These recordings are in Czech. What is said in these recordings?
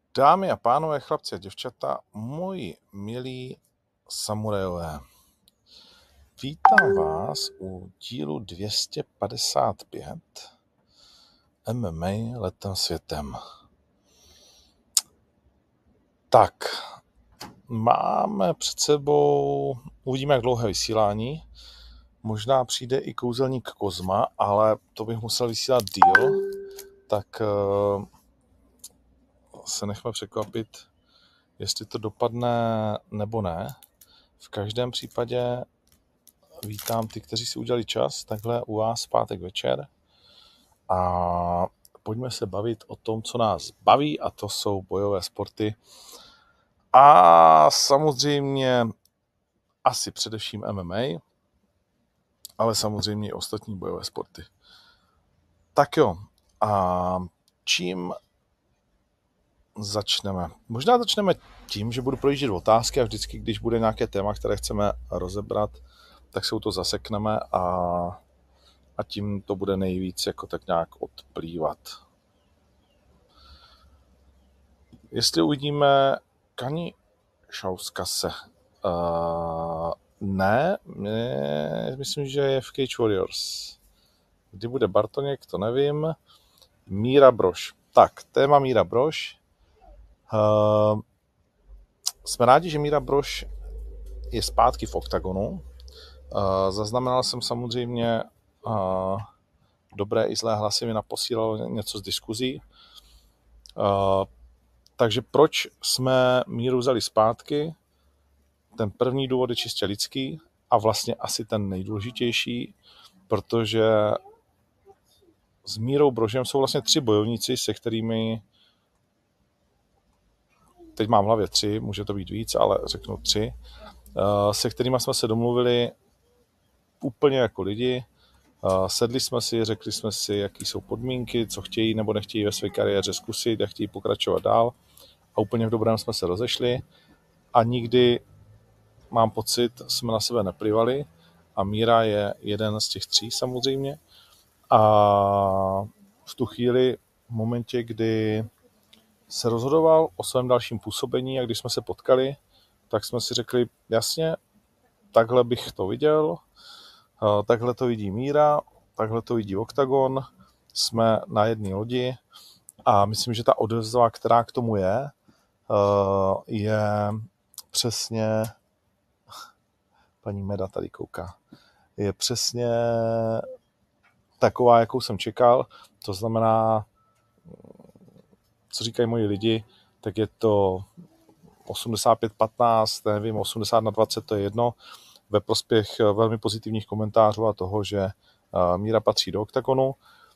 Dámy a pánové, chlapci a děvčata, moji milí samurajové, vítám vás u dílu 255 MMA letem světem. Tak, máme před sebou, uvidíme, jak dlouhé vysílání, možná přijde i kouzelník Kozma, ale to bych musel vysílat díl, tak se nechme překvapit, jestli to dopadne nebo ne. V každém případě vítám ty, kteří si udělali čas, takhle u vás v pátek večer. A pojďme se bavit o tom, co nás baví, a to jsou bojové sporty. A samozřejmě asi především MMA, ale samozřejmě i ostatní bojové sporty. Tak jo, a čím začneme? Možná začneme tím, že budu projíždět otázky a vždycky, když bude nějaké téma, které chceme rozebrat, tak se u to zasekneme a tím to bude nejvíc jako tak nějak odplývat. Jestli uvidíme Kani Šauskase, ne, myslím, že je v Cage Warriors. Kdy bude Bartoněk, to nevím. Míra Brož. Tak, téma Míra Brož. Jsme rádi, že Míra Brož je zpátky v oktagonu. Zaznamenal jsem samozřejmě dobré i zlé hlasy, mi naposílalo něco z diskuzí. Takže proč jsme Míru vzali zpátky? Ten první důvod je čistě lidský a vlastně asi ten nejdůležitější, protože s Mírou Brožem jsou vlastně 3 bojovníci, se kterými, teď mám v hlavě 3, může to být víc, ale řeknu 3, se kterými jsme se domluvili úplně jako lidi. Sedli jsme si, řekli jsme si, jaký jsou podmínky, co chtějí nebo nechtějí ve své kariéře zkusit, jak chtějí pokračovat dál, a úplně v dobrém jsme se rozešli a nikdy, mám pocit, jsme na sebe neplivali, a Míra je jeden z těch 3 samozřejmě. A v tu chvíli, v momentě, kdy se rozhodoval o svém dalším působení a když jsme se potkali, tak jsme si řekli, jasně, takhle bych to viděl, takhle to vidí Míra, takhle to vidí Oktagon, jsme na jedné lodi a myslím, že ta odezva, která k tomu je přesně, paní Meda tady kouká, je přesně taková, jakou jsem čekal. To znamená, co říkají moji lidi, tak je to 85-15, nevím, 80-20, to je jedno, ve prospěch velmi pozitivních komentářů a toho, že Míra patří do oktagonu.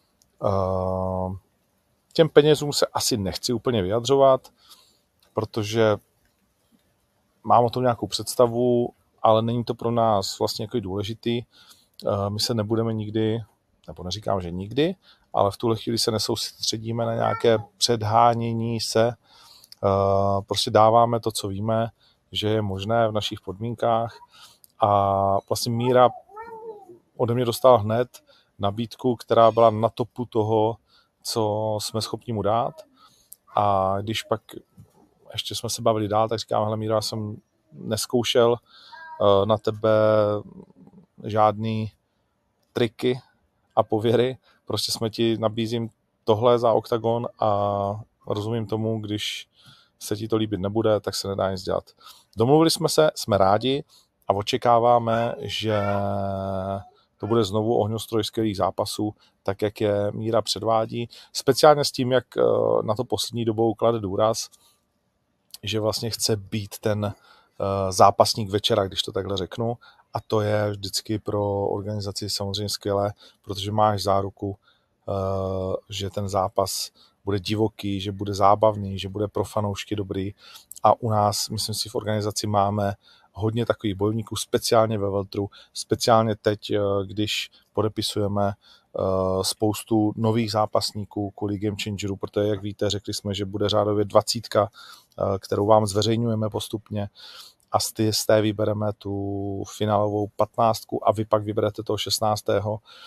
Těm penězům se asi nechci úplně vyjadřovat, protože mám o tom nějakou představu, ale není to pro nás vlastně jako důležitý. My se nebudeme nikdy, nebo neříkám, že nikdy, ale v tuhle chvíli se nesoustředíme na nějaké předhánění se. Prostě dáváme to, co víme, že je možné v našich podmínkách, a vlastně Míra ode mě dostala hned nabídku, která byla na topu toho, co jsme schopni mu dát, a když pak ještě jsme se bavili dál, tak říkám, hele Míra, já jsem neskoušel na tebe žádný triky a pověry, prostě jsme ti nabízím tohle za oktagon a rozumím tomu, když se ti to líbit nebude, tak se nedá nic dělat. Domluvili jsme se, jsme rádi a očekáváme, že to bude znovu ohňostroj skvělých zápasů, tak jak je Míra předvádí. Speciálně s tím, jak na to poslední dobou klade důraz, že vlastně chce být ten zápasník večera, když to takhle řeknu, a to je vždycky pro organizaci samozřejmě skvělé, protože máš záruku, že ten zápas bude divoký, že bude zábavný, že bude pro fanoušky dobrý, a u nás, myslím si, v organizaci máme hodně takových bojovníků, speciálně ve welteru, speciálně teď, když podepisujeme spoustu nových zápasníků kvůli Game Changeru, protože, jak víte, řekli jsme, že bude řádově 20, kterou vám zveřejňujeme postupně, a z té vybereme tu finálovou 15 a vy pak vyberete toho 16.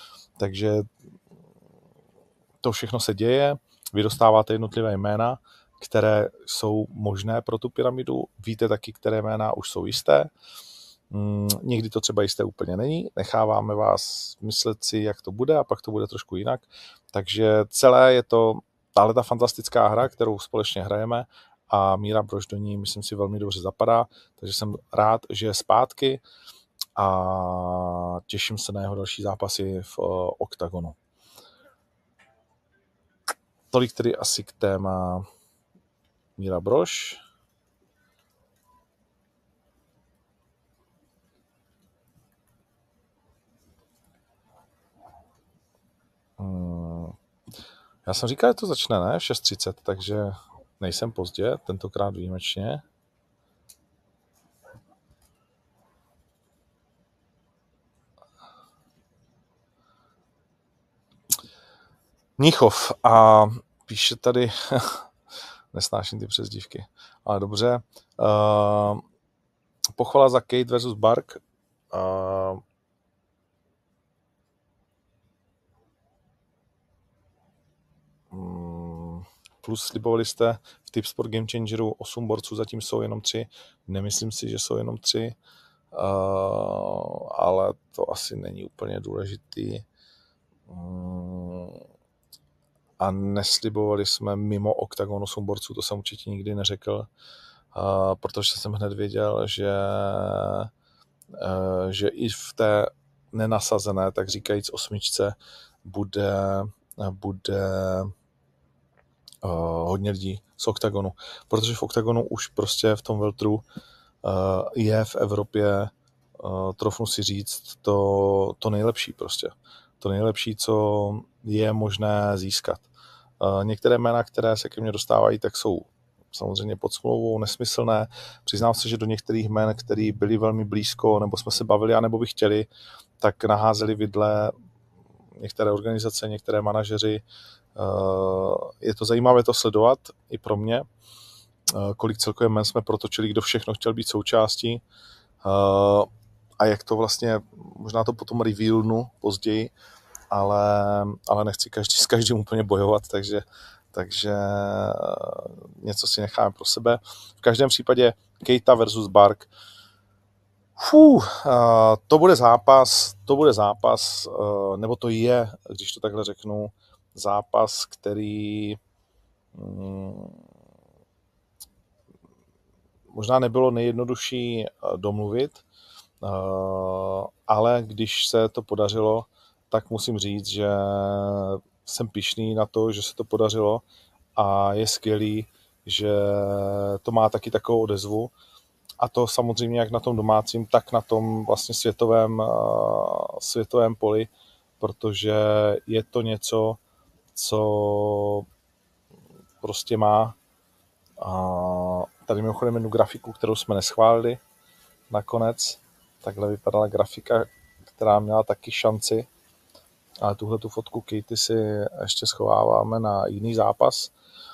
Takže to všechno se děje, vy dostáváte jednotlivé jména, které jsou možné pro tu pyramidu. Víte taky, které jména už jsou jisté. Někdy to třeba jisté úplně není. Necháváme vás myslet si, jak to bude, a pak to bude trošku jinak. Takže celé je to tahleta fantastická hra, kterou společně hrajeme, a Míra Brož do ní, myslím si, velmi dobře zapadá. Takže jsem rád, že je zpátky a těším se na jeho další zápasy v OKTAGONu. Tolik tedy asi k téma Míra Brož. Já jsem říkal, že to začne, ne? 6:30, takže nejsem pozdě, tentokrát výjimečně. Mnichov a píše tady, nesnáším ty přezdívky, ale dobře. Pochvala za Kate versus Bark. Plus slibovali jste v Tipsport Game Changeru 8 borců, zatím jsou jenom 3. Nemyslím si, že jsou jenom 3, ale to asi není úplně důležitý. A neslibovali jsme mimo OKTAGON 8 borců, to jsem určitě nikdy neřekl, protože jsem hned věděl, že i v té nenasazené, tak říkajíc, 8 bude hodně lidí z OKTAGONu, protože v OKTAGONu už prostě v tom welteru je v Evropě, trofnu si říct, to nejlepší prostě. To nejlepší, co je možné získat. Některé jména, které se ke mně dostávají, tak jsou samozřejmě pod smlouvou, nesmyslné. Přiznám se, že do některých jmén, které byly velmi blízko, nebo jsme se bavili, anebo by chtěli, tak naházeli vidle některé organizace, některé manažeři. Je to zajímavé to sledovat i pro mě, kolik celkově jmen jsme protočili, kdo všechno chtěl být součástí, a jak to vlastně, možná to potom revealnu později, ale nechci s každým úplně bojovat, takže něco si necháme pro sebe. V každém případě Keita versus Bark. To bude zápas, nebo to je, když to takhle řeknu, zápas, který možná nebylo nejjednodušší domluvit, ale když se to podařilo, tak musím říct, že jsem pyšný na to, že se to podařilo, a je skvělý, že to má taky takovou odezvu, a to samozřejmě jak na tom domácím, tak na tom vlastně světovém poli, protože je to něco, co prostě má. Tady mimochodem jednu grafiku, kterou jsme neschválili nakonec. Takhle vypadala grafika, která měla taky šanci, ale tuhle tu fotku Katy si ještě schováváme na jiný zápas.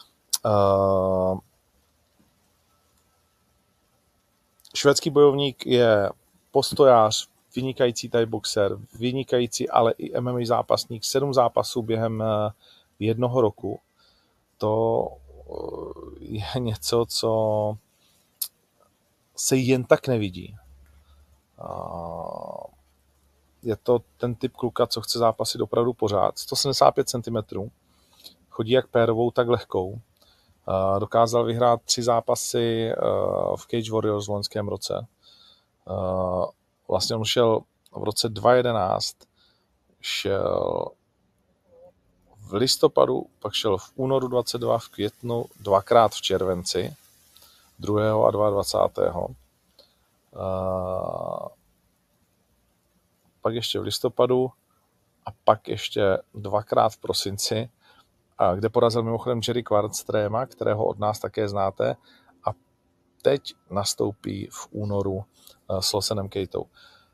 Švédský bojovník je postojář, vynikající thai boxer, vynikající ale i MMA zápasník, 7 zápasů během 1 roku. To je něco, co se jen tak nevidí. Je to ten typ kluka, co chce zápasit opravdu pořád. 175 cm, chodí jak pérovou, tak lehkou. Dokázal vyhrát 3 zápasy v Cage Warriors v loňském roce. Vlastně on šel v roce 2011, šel v listopadu, pak šel v únoru 22, v květnu, 2krát v červenci, 2. a 22. Pak ještě v listopadu a pak ještě 2krát v prosinci, kde porazil mimochodem Jerry Quartzstrema, kterého od nás také znáte, a teď nastoupí v únoru s Lawsonem Kejtou.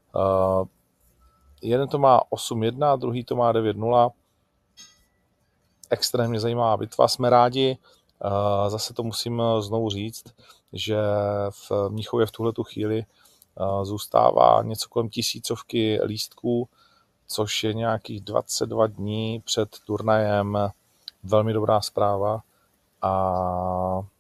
Jeden to má 8-1, druhý to má 9-0. Extrémně zajímavá bitva. Jsme rádi, zase to musím znovu říct, že v Mnichově v tuhletu chvíli zůstává něco kolem 1000 lístků, což je nějakých 22 dní před turnajem. Velmi dobrá zpráva. A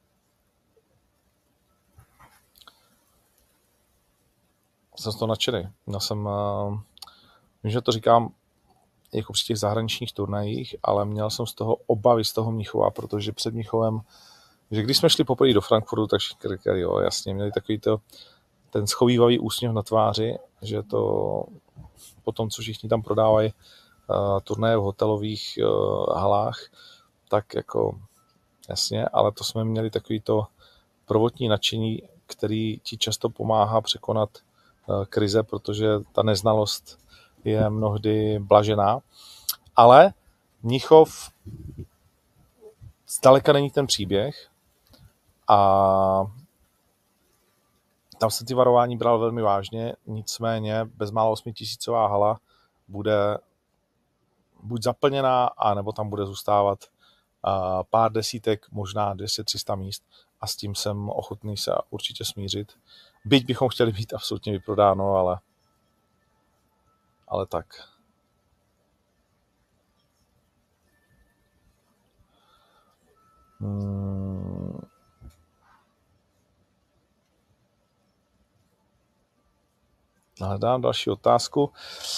jsem z toho nadšený. Vím, že to říkám jako při těch zahraničních turnajích, ale měl jsem z toho obavy z toho Mnichova, protože před Mnichovem, že když jsme šli poprvé do Frankfurtu, tak všichni říkali, jo, jasně, měli takový ten schovívavý úsměv na tváři, že to po tom, co všichni tam prodávají turnaje v hotelových halách, tak jako jasně, ale to jsme měli takový to prvotní nadšení, který ti často pomáhá překonat krize, protože ta neznalost je mnohdy blažená. Ale Mnichov zdaleka není ten příběh a tam se ty varování bral velmi vážně, nicméně bezmála 8000 hala bude buď zaplněná, anebo tam bude zůstávat pár desítek, možná 200-300 míst a s tím jsem ochotný se určitě smířit. Byť bychom chtěli být absolutně vyprodáno, ale tak. Hledám další otázku.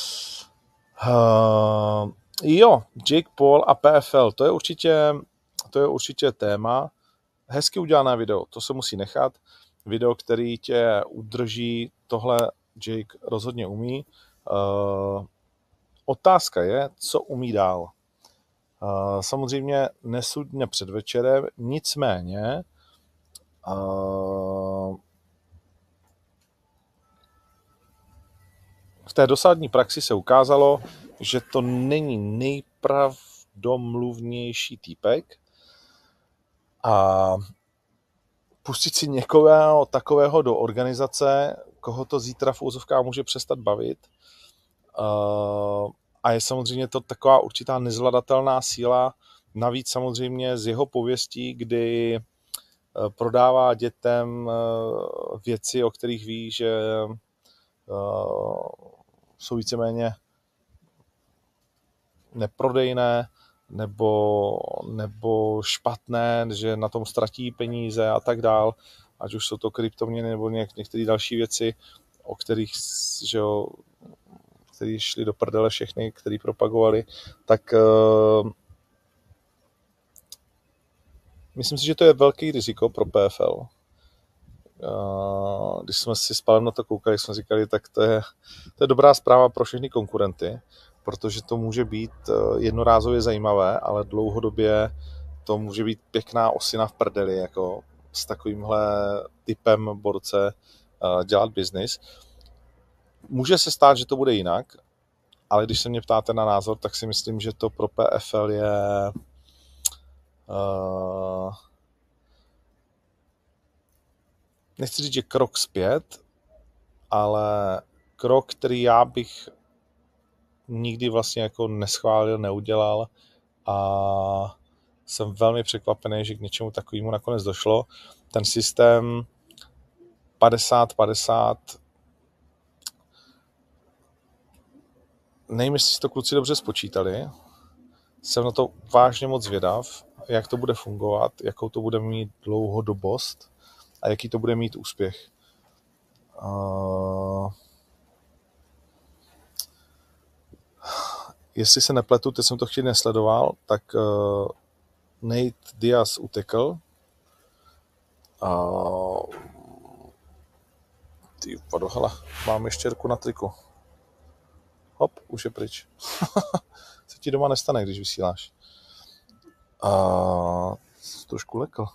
Jo, Jake Paul a PFL, to je určitě téma. Hezky udělané video, to se musí nechat. Video, který tě udrží, tohle Jake rozhodně umí. Otázka je, co umí dál. Samozřejmě nesudně před večerem, nicméně v té dosádní praxi se ukázalo, že to není nejpravdomluvnější týpek a pustit si někoho takového do organizace, koho to zítra v úzovkách může přestat bavit. A je samozřejmě to taková určitá nezvladatelná síla, navíc samozřejmě z jeho pověstí, kdy prodává dětem věci, o kterých ví, že jsou víceméně neprodejné nebo špatné, že na tom ztratí peníze a tak dál, ať už jsou to kryptoměny nebo některé další věci, o kterých, že jo, který šli do prdele všechny, který propagovali, tak myslím si, že to je velký riziko pro PFL. Když jsme si s Palem na to koukali, jsme říkali, tak to je dobrá zpráva pro všechny konkurenty, protože to může být jednorázově zajímavé, ale dlouhodobě to může být pěkná osina v prdeli, jako s takovýmhle typem borce dělat biznis. Může se stát, že to bude jinak, ale když se mě ptáte na názor, tak si myslím, že to pro PFL je nechci říct, že krok zpět, ale krok, který já bych nikdy vlastně jako neschválil, neudělal a jsem velmi překvapený, že k něčemu takovému nakonec došlo. Ten systém 50-50, nevím, jestli si to kluci dobře spočítali, jsem na to vážně moc zvědav, jak to bude fungovat, jakou to bude mít dlouhodobost a jaký to bude mít úspěch. Jestli se nepletu, teď jsem to chvíli nesledoval, tak Nate Diaz utekl. Ty hele, mám ještěrku na triku. Hop, už je pryč. Se ti doma nestane, když vysíláš. Trošku lekl.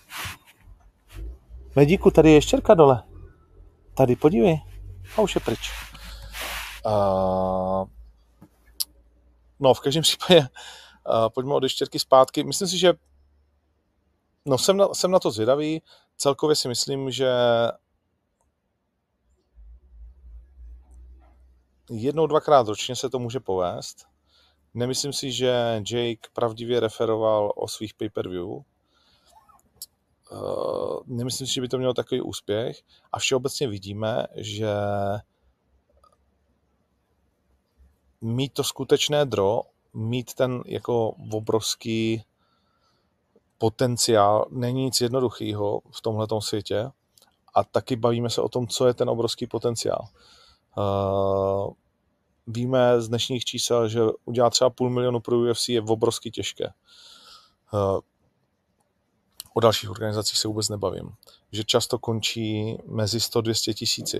Medíku, tady je ještěrka dole. Tady, podívej. A už je pryč. No, v každém případě pojďme od ještěrky zpátky. Myslím si, že jsem na to zvědavý. Celkově si myslím, že jednou, dvakrát ročně se to může povést. Nemyslím si, že Jake pravdivě referoval o svých pay-per-view. Nemyslím si, že by to mělo takový úspěch. A všeobecně vidíme, že mít to skutečné draw, mít ten jako obrovský potenciál není nic jednoduchého v tomhletom světě a taky bavíme se o tom, co je ten obrovský potenciál. Víme z dnešních čísel, že udělat třeba 500 000 pro UFC je obrovsky těžké. O dalších organizacích se vůbec nebavím. Že často končí mezi 100-200 tisíci.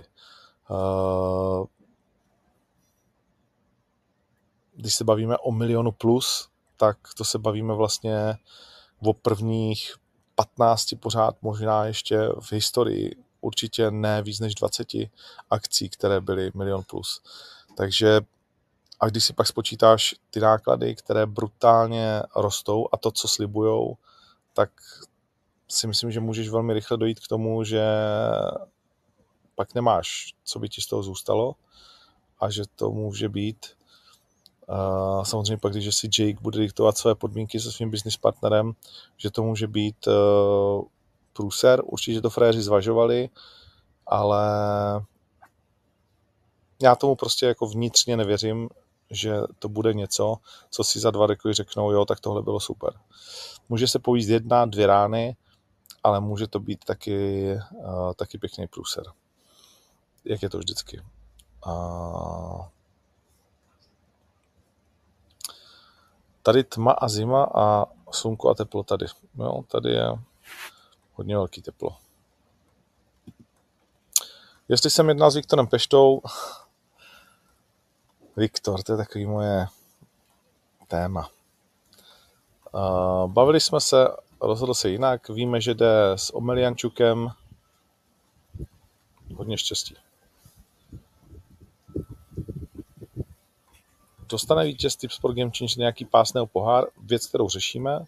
Když se bavíme o 1 milionu plus, tak to se bavíme vlastně o prvních 15 pořád možná ještě v historii. Určitě ne víc než 20 akcí, které byly 1 milion plus. Takže a když si pak spočítáš ty náklady, které brutálně rostou a to, co slibujou, tak si myslím, že můžeš velmi rychle dojít k tomu, že pak nemáš, co by ti z toho zůstalo a že to může být samozřejmě pak, když si Jake bude diktovat své podmínky se svým business partnerem, že to může být průser. Určitě to frajeři zvažovali, ale já tomu prostě jako vnitřně nevěřím, že to bude něco, co si za 2 roky řeknou, jo, tak tohle bylo super. Může se povíst 1-2 rány, ale může to být taky pěkný průser. Jak je to vždycky. Tady tma a zima a slunko a teplo tady. Jo, tady je hodně velký teplo. Jestli jsem jednal s Viktorem Peštou, Viktor, to je takový moje téma. Bavili jsme se, rozhodl se jinak, víme, že jde s Omeliančukem. Hodně štěstí. Dostane vítěz Tips Sport Game Change nějaký pás nebo pohár, věc, kterou řešíme.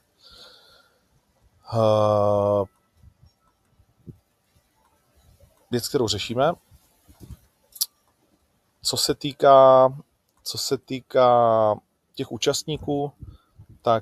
Co se týká těch účastníků, tak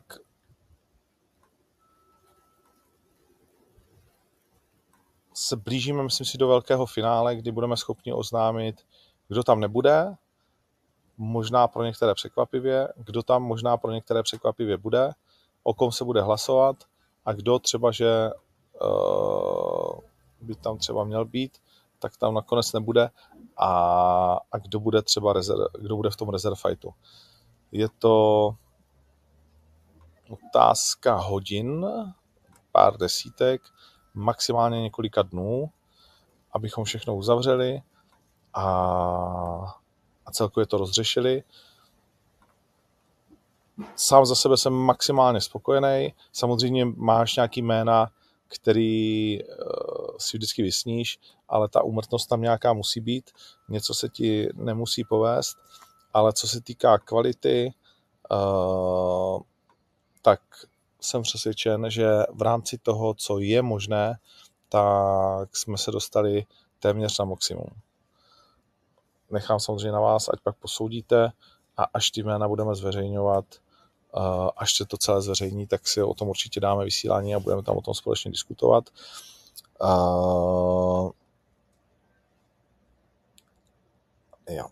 se blížíme, myslím si, do velkého finále, kdy budeme schopni oznámit, kdo tam nebude, možná pro některé překvapivě, kdo tam možná pro některé překvapivě bude, o kom se bude hlasovat a kdo třeba, že by tam třeba měl být, tak tam nakonec nebude a kdo bude třeba kdo bude v tom reserve fightu. Je to otázka hodin, pár desítek, maximálně několika dnů, abychom všechno uzavřeli a celkově to rozřešili. Sám za sebe jsem maximálně spokojený. Samozřejmě máš nějaký jména, který si vždycky vysníš, ale ta úmrtnost tam nějaká musí být. Něco se ti nemusí povést, ale co se týká kvality, tak jsem přesvědčen, že v rámci toho, co je možné, tak jsme se dostali téměř na maximum. Nechám samozřejmě na vás, ať pak posoudíte a až ty jména budeme zveřejňovat, až se to celé zveřejní, tak si o tom určitě dáme vysílání a budeme tam o tom společně diskutovat. Jo.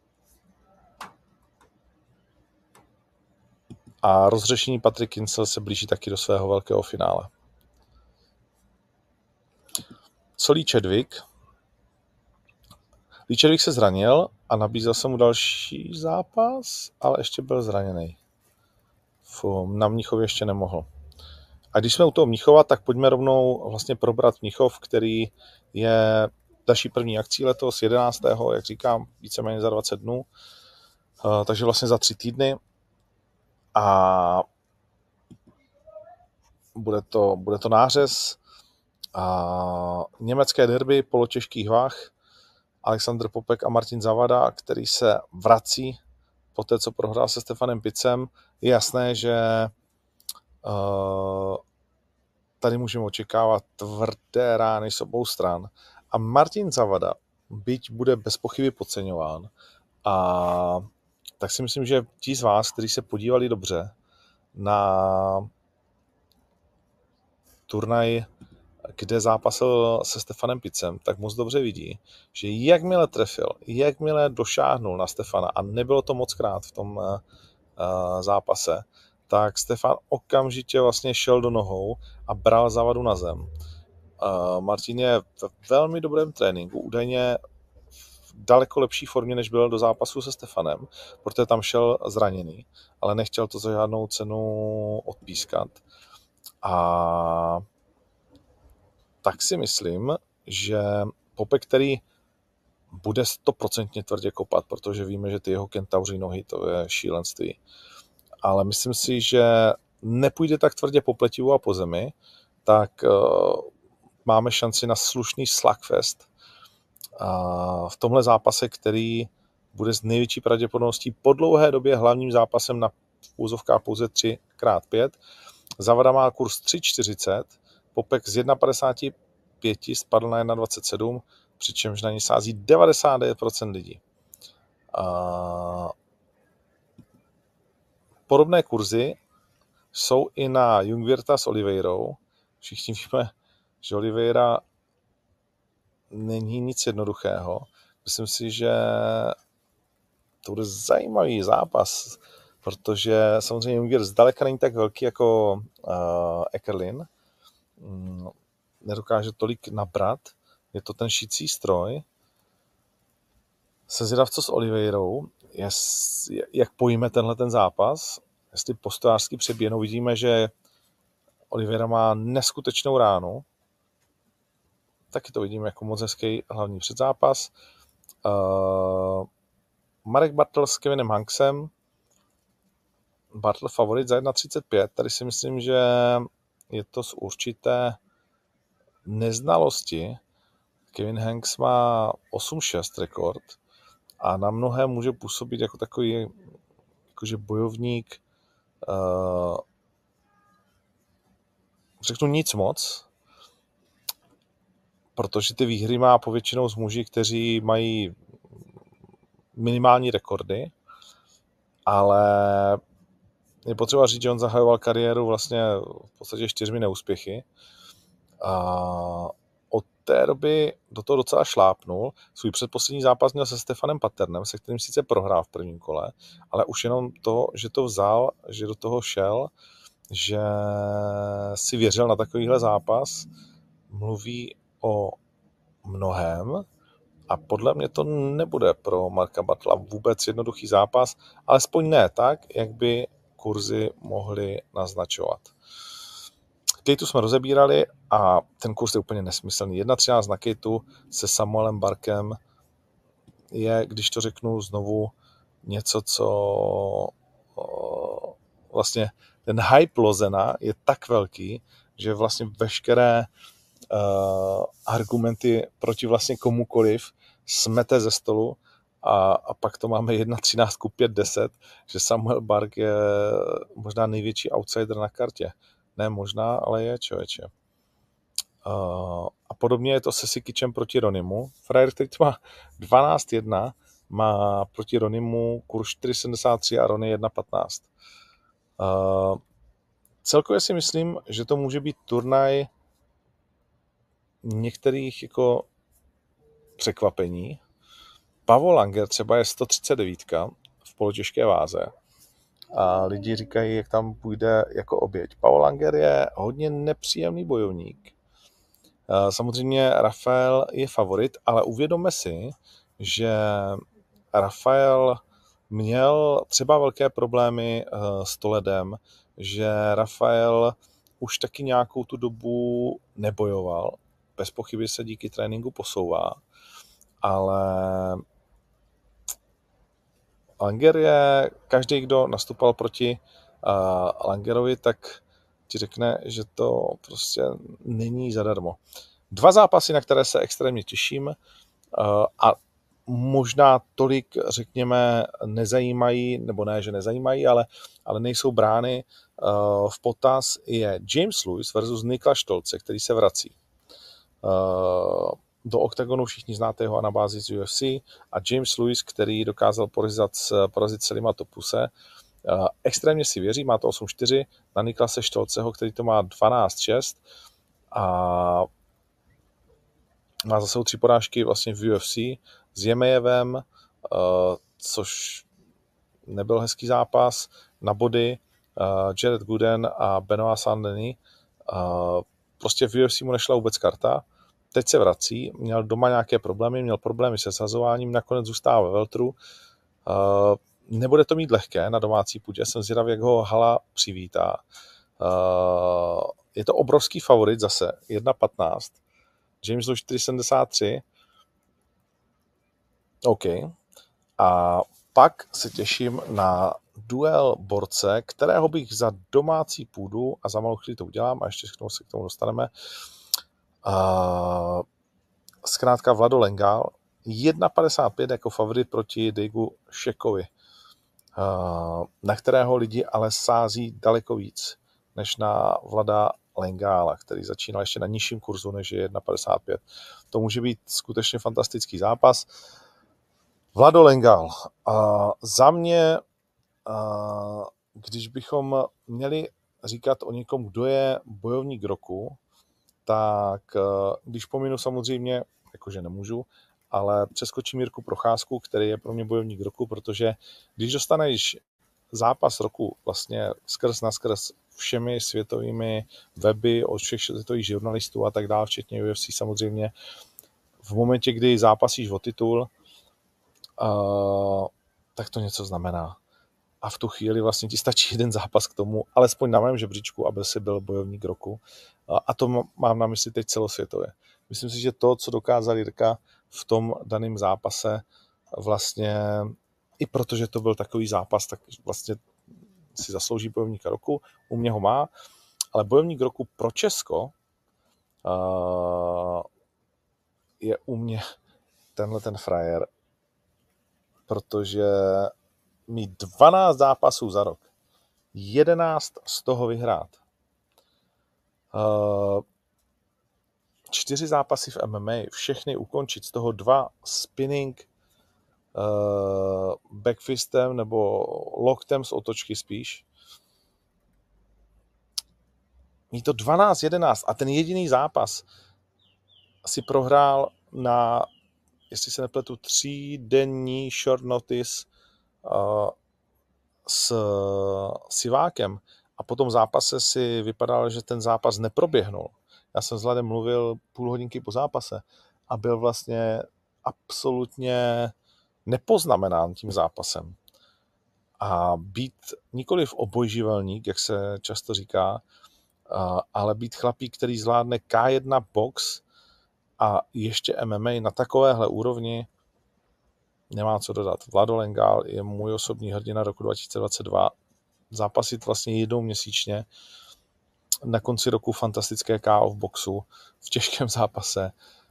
A rozřešení Patrick Kinsel se blíží taky do svého velkého finále. Co Lee Chadwick? Lee Chadwick se zranil a nabízel se mu další zápas, ale ještě byl zraněný. Na Mnichově ještě nemohl. A když jsme u toho Mnichova, tak pojďme rovnou vlastně probrat Mnichov, který je naší první akcí letos, 11. jak říkám, víceméně za 20 dnů. Takže vlastně za 3 týdny. A bude to nářez. A německé derby polotěžkých váh. Alexander Popek a Martin Zavada, který se vrací po té, co prohrál se Stefanem Picem. Je jasné, že tady můžeme očekávat tvrdé rány z obou stran. A Martin Zavada, byť bude bez pochyby podceňován, tak si myslím, že ti z vás, kteří se podívali dobře na turnaj, kde zápasil se Stefanem Picem, tak moc dobře vidí, že jakmile trefil, jakmile došáhnul na Stefana, a nebylo to moc krát v tom zápase, tak Stefan okamžitě vlastně šel do nohou a bral závadu na zem. Martin je v velmi dobrém tréninku, údajně v daleko lepší formě, než byl do zápasu se Stefanem, protože tam šel zraněný, ale nechtěl to za žádnou cenu odpískat. A tak si myslím, že Popek, který bude 100% tvrdě kopat, protože víme, že ty jeho kentauří nohy, to je šílenství. Ale myslím si, že nepůjde tak tvrdě po pletivu a po zemi, tak máme šanci na slušný slugfest v tomhle zápase, který bude s největší pravděpodobností po dlouhé době hlavním zápasem na úzovkách pouze 3x5. Zavada má kurz 3,40, Popek z 1,55 spadl na 1,27, přičemž na ní sází 99% lidí. Podobné kurzy jsou i na Jungwirtha s Oliveirou. Všichni víme, že Oliveira není nic jednoduchého. Myslím si, že to bude zajímavý zápas, protože samozřejmě Jungwirth zdaleka není tak velký jako Eckerlin. Nedokáže tolik nabrat. Je to ten šicí stroj. Se zvědavcem s Oliveirou, jak pojme tenhle ten zápas, jestli postojářsky přeběhnou. Vidíme, že Oliveira má neskutečnou ránu. Taky to vidím jako moc hezký hlavní předzápas. Marek Bartel s Kevinem Hanksem. Bartel favorit za 1,35. Tady si myslím, že je to z určité neznalosti. Kevin Hanks má 8,6 rekord a na mnohé může působit jako takový jakože bojovník, řeknu nic moc, protože ty výhry má povětšinou z muži, kteří mají minimální rekordy, ale je potřeba říct, že on zahajoval kariéru vlastně v podstatě 4 neúspěchy a od té doby do toho docela šlápnul. Svůj předposlední zápas měl se Stefanem Paternem, se kterým sice prohrál v prvním kole, ale už jenom to, že to vzal, že do toho šel, že si věřil na takovýhle zápas, mluví o mnohém a podle mě to nebude pro Marka Bartla vůbec jednoduchý zápas, alespoň ne tak, jak by kurzy mohly naznačovat. Kejtu jsme rozebírali a ten kurz je úplně nesmyslný. 1,13 na Kejtu se Samuelem Barkem je, když to řeknu znovu, něco, co vlastně ten hype Lozena je tak velký, že vlastně veškeré argumenty proti vlastně komukoliv smete ze stolu a pak to máme 1,13 ku 5,10, že Samuel Bark je možná největší outsider na kartě. Ne možná, ale je, člověče. A podobně je to se Sikičem proti Ronimu. Frajer, který má 12,1, má proti Ronimu kurz 4,73 a Rony 1,15. Celkově si myslím, že to může být turnaj některých jako překvapení. Pavol Langer třeba je 139 v polotěžké váze a lidi říkají, jak tam půjde jako oběť. Pavol Langer je hodně nepříjemný bojovník. Samozřejmě Rafael je favorit, ale uvědomme si, že Rafael měl třeba velké problémy s Toledem, že Rafael už taky nějakou tu dobu nebojoval. Bez pochyby se díky tréninku posouvá, ale Langer je, každý, kdo nastupoval proti Langerovi, tak ti řekne, že to prostě není zadarmo. 2 zápasy, na které se extrémně těším a možná tolik, řekněme, nezajímají, nebo ne, že nezajímají, ale nejsou brány v potaz, je James Lewis versus Niklas Stolze, který se vrací do oktagonu, všichni znáte jeho anabázi z UFC, a James Lewis, který dokázal porazit Selima Topuse. Extrémně si věří, má to 8,4 na Niklase Stolzeho, který to má 12,6 a má zase 3 porážky vlastně v UFC s Jemejevem, což nebyl hezký zápas na body, Jared Gooden a Benoit Saint-Denis. Prostě v UFC mu nešla vůbec karta. Teď se vrací, měl doma nějaké problémy, měl problémy se sazováním, nakonec zůstává ve welteru. Nebude to mít lehké na domácí půdě, jsem zvědav, jak ho hala přivítá. Je to obrovský favorit zase, 1,15. James Lowe 4,73. OK. A pak se těším na duel borce, kterého bych za domácí půdu, a za malou chvíli to udělám, a ještě se k tomu dostaneme, zkrátka Vlado Lengal, 1,55 jako favorit proti Daigu Šekovi, na kterého lidi ale sází daleko víc než na Vlada Lengála, který začínal ještě na nižším kurzu než je 1,55. To může být skutečně fantastický zápas. Vlado Lengal. Za mě, když bychom měli říkat o někom, kdo je bojovník roku, tak když pominu samozřejmě, jakože nemůžu, ale přeskočím Jirku Procházku, který je pro mě bojovník roku, protože když dostaneš zápas roku vlastně skrz na skrz všemi světovými weby od všech světových žurnalistů a tak dále, včetně UFC samozřejmě, v momentě, kdy zápasíš o titul, tak to něco znamená. A v tu chvíli vlastně ti stačí jeden zápas k tomu, alespoň na mém žebříčku, aby si byl bojovník roku. A to mám na mysli teď celosvětově. Myslím si, že to, co dokázal Jirka v tom daném zápase, vlastně i protože to byl takový zápas, tak vlastně si zaslouží bojovníka roku. U mě ho má, ale bojovník roku pro Česko je u mě tenhle ten frajer, protože mít 12 zápasů za rok, 11 z toho vyhrát, 4 zápasy v MMA, všechny ukončit, z toho 2 spinning backfistem nebo loktem z otočky spíš. Mít to 12-11 a ten jediný zápas si prohrál na, jestli se nepletu, 3denní short notice s Sivákem a po tom zápase si vypadalo, že ten zápas neproběhnul. Já jsem s Vladem mluvil půl hodinky po zápase a byl vlastně absolutně nepoznamenán tím zápasem. A být nikoliv obojživelník, jak se často říká, ale být chlapík, který zvládne K1 box a ještě MMA na takovéhle úrovni, nemá co dodat. Vlado Lengal je můj osobní hrdina roku 2022. Zápasit vlastně jednou měsíčně. Na konci roku fantastické KO v boxu, v těžkém zápase.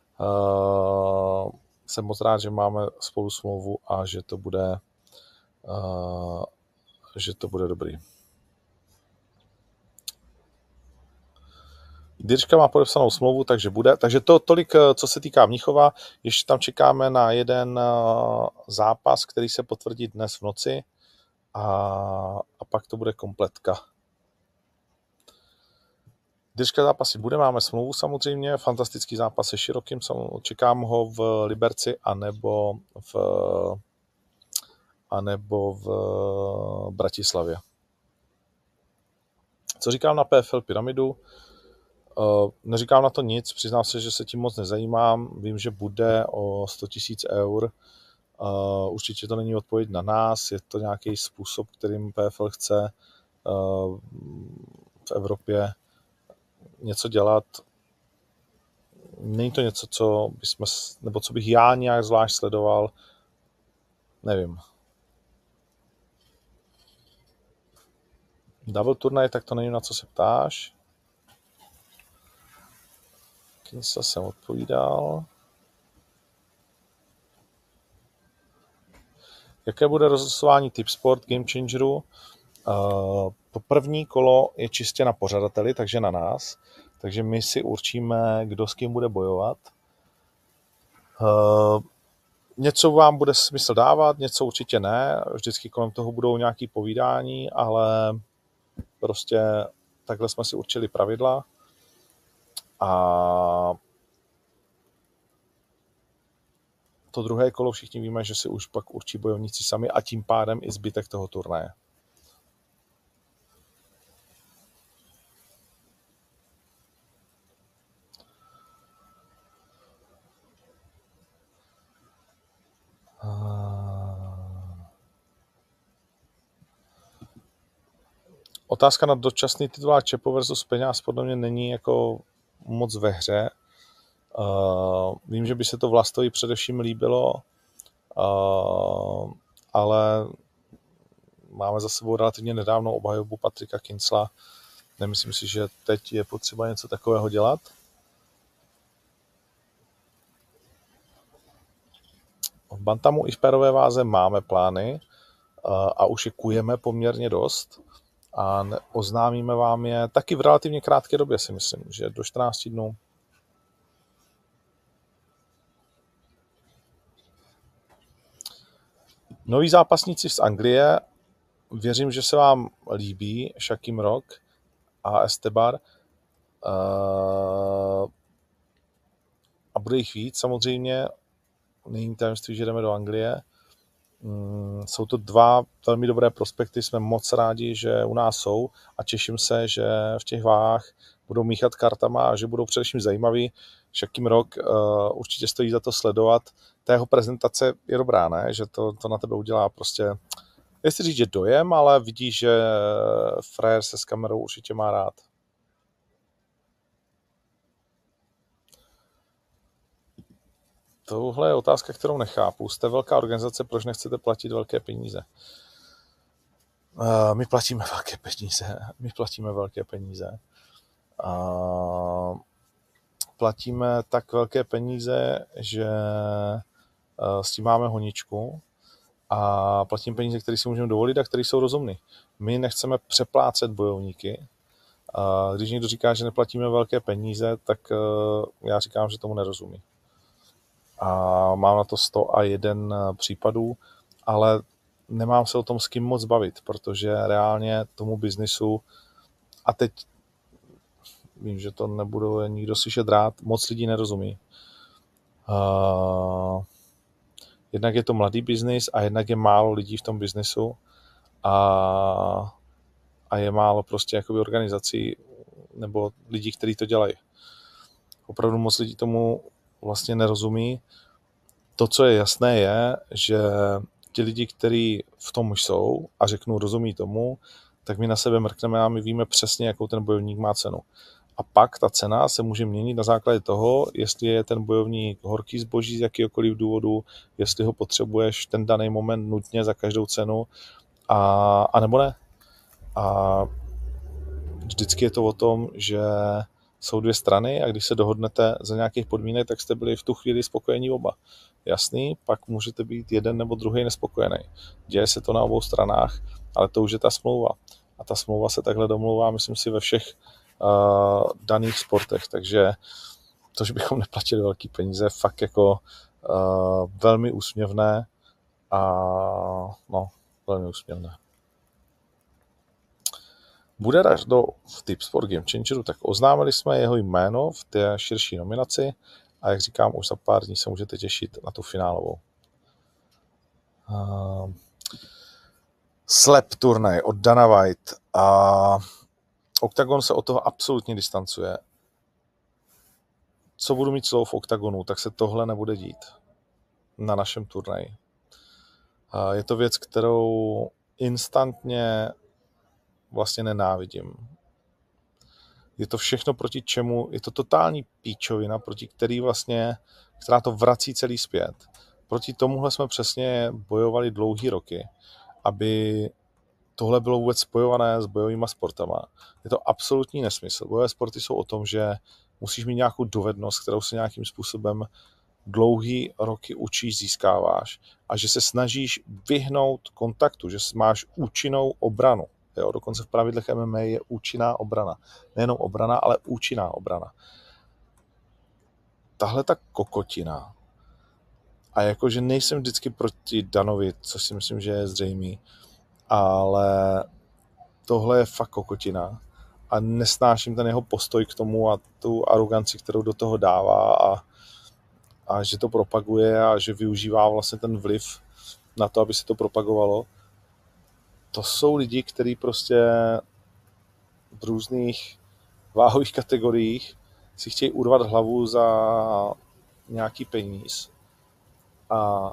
Jsem moc rád, že máme spolu smlouvu a že to bude dobrý. Dyrčka má podepsanou smlouvu, takže bude. Takže to tolik, co se týká Mnichova. Ještě tam čekáme na jeden zápas, který se potvrdí dnes v noci a pak to bude kompletka. Dyrčka zápasy bude, máme smlouvu samozřejmě, fantastický zápas se Širokým, čekám ho v Liberci anebo v Bratislavě. Co říkám na PFL Pyramidu? Neříkám na to nic, přiznám se, že se tím moc nezajímám, vím, že bude o 100 000 eur, určitě to není odpověď na nás, je to nějaký způsob, kterým PFL chce v Evropě něco dělat. Není to něco, co bych já nějak zvlášť sledoval, nevím. Double turnaj, tak to není, na co se ptáš. Kinsa jsem odpovídal. Jaké bude rozhlasování Tipsport Game Changeru? To první kolo je čistě na pořadateli, takže na nás. Takže my si určíme, kdo s kým bude bojovat. Něco vám bude smysl dávat, něco určitě ne. Vždycky kolem toho budou nějaké povídání, ale prostě takhle jsme si určili pravidla. A to druhé kolo všichni víme, že si už pak určí bojovníci sami a tím pádem i zbytek toho turnaje. Otázka na dočasný titulák Čepo versus Peňáz podle mě není jako moc ve hře. Vím, že by se to Vlastovi především líbilo, ale máme za sebou relativně nedávnou obhajobu Patrika Kincla. Nemyslím si, že teď je potřeba něco takového dělat. V bantamu i v pérové váze máme plány a už je kujeme poměrně dost a oznámíme vám je taky v relativně krátké době, si myslím, že do 14 dnů. Noví zápasníci z Anglie, věřím, že se vám líbí Shaquem Rock a Estebar. A bude jich víc samozřejmě, není tajemství, že jdeme do Anglie. Jsou to dva velmi dobré prospekty, jsme moc rádi, že u nás jsou a těším se, že v těch váhách budou míchat kartama a že budou především zajímaví. Shaquem Rock určitě stojí za to sledovat. Ta jeho prezentace je dobrá, ne? Že to na tebe udělá prostě, nechci říct, že dojem, ale vidíš, že frajer se s kamerou určitě má rád. Tohle je otázka, kterou nechápu. Jste velká organizace, proč nechcete platit velké peníze? My platíme velké peníze. Platíme tak velké peníze, že s tím máme honičku a platíme peníze, které si můžeme dovolit a které jsou rozumné. My nechceme přeplácet bojovníky. Když někdo říká, že neplatíme velké peníze, tak já říkám, že tomu nerozumí. A mám na to 101 případů, ale nemám se o tom s kým moc bavit, protože reálně tomu biznisu, a teď vím, že to nebudu nikdo slyšet rád, moc lidí nerozumí. Jednak je to mladý biznis a jednak je málo lidí v tom biznisu a je málo prostě jakoby organizací nebo lidí, kteří to dělají. Opravdu moc lidí tomu vlastně nerozumí. To, co je jasné, je, že ti lidi, kteří v tom už jsou a řeknou, rozumí tomu, tak my na sebe mrkneme a my víme přesně, jakou ten bojovník má cenu. A pak ta cena se může měnit na základě toho, jestli je ten bojovník horký zboží z jakýkoliv důvodu, jestli ho potřebuješ ten daný moment nutně za každou cenu, a nebo ne. A vždycky je to o tom, že jsou dvě strany a když se dohodnete za nějakých podmínek, tak jste byli v tu chvíli spokojení oba. Jasný, pak můžete být jeden nebo druhý nespokojený. Děje se to na obou stranách, ale to už je ta smlouva. A ta smlouva se takhle domlouvá, myslím si, ve všech daných sportech. Takže to, že bychom neplatili velký peníze, fakt jako velmi úsměvné velmi úsměvné. Bude do Tips for Game Changeru, tak oznámili jsme jeho jméno v té širší nominaci a jak říkám, už za pár dní se můžete těšit na tu finálovou. Slap turnaj od Dana White a Octagon se od toho absolutně distancuje. Co budu mít slovo v Octagonu, tak se tohle nebude dít na našem turnaji. Je to věc, kterou instantně vlastně nenávidím. Je to všechno proti čemu, je to totální píčovina, proti která to vrací celý zpět. Proti tomuhle jsme přesně bojovali dlouhý roky, aby tohle bylo vůbec spojované s bojovýma sportama. Je to absolutní nesmysl. Bojové sporty jsou o tom, že musíš mít nějakou dovednost, kterou se nějakým způsobem dlouhý roky učíš, získáváš a že se snažíš vyhnout kontaktu, že máš účinnou obranu. Jo, dokonce v pravidlech MMA je účinná obrana. Nejenom obrana, ale účinná obrana. Tahle ta kokotina. A jakože nejsem vždycky proti Danovi, což si myslím, že je zřejmý, ale tohle je fakt kokotina. A nesnáším ten jeho postoj k tomu a tu aroganci, kterou do toho dává a že to propaguje a že využívá vlastně ten vliv na to, aby se to propagovalo. To jsou lidi, kteří prostě v různých váhových kategoriích si chtějí urvat hlavu za nějaký peníz. A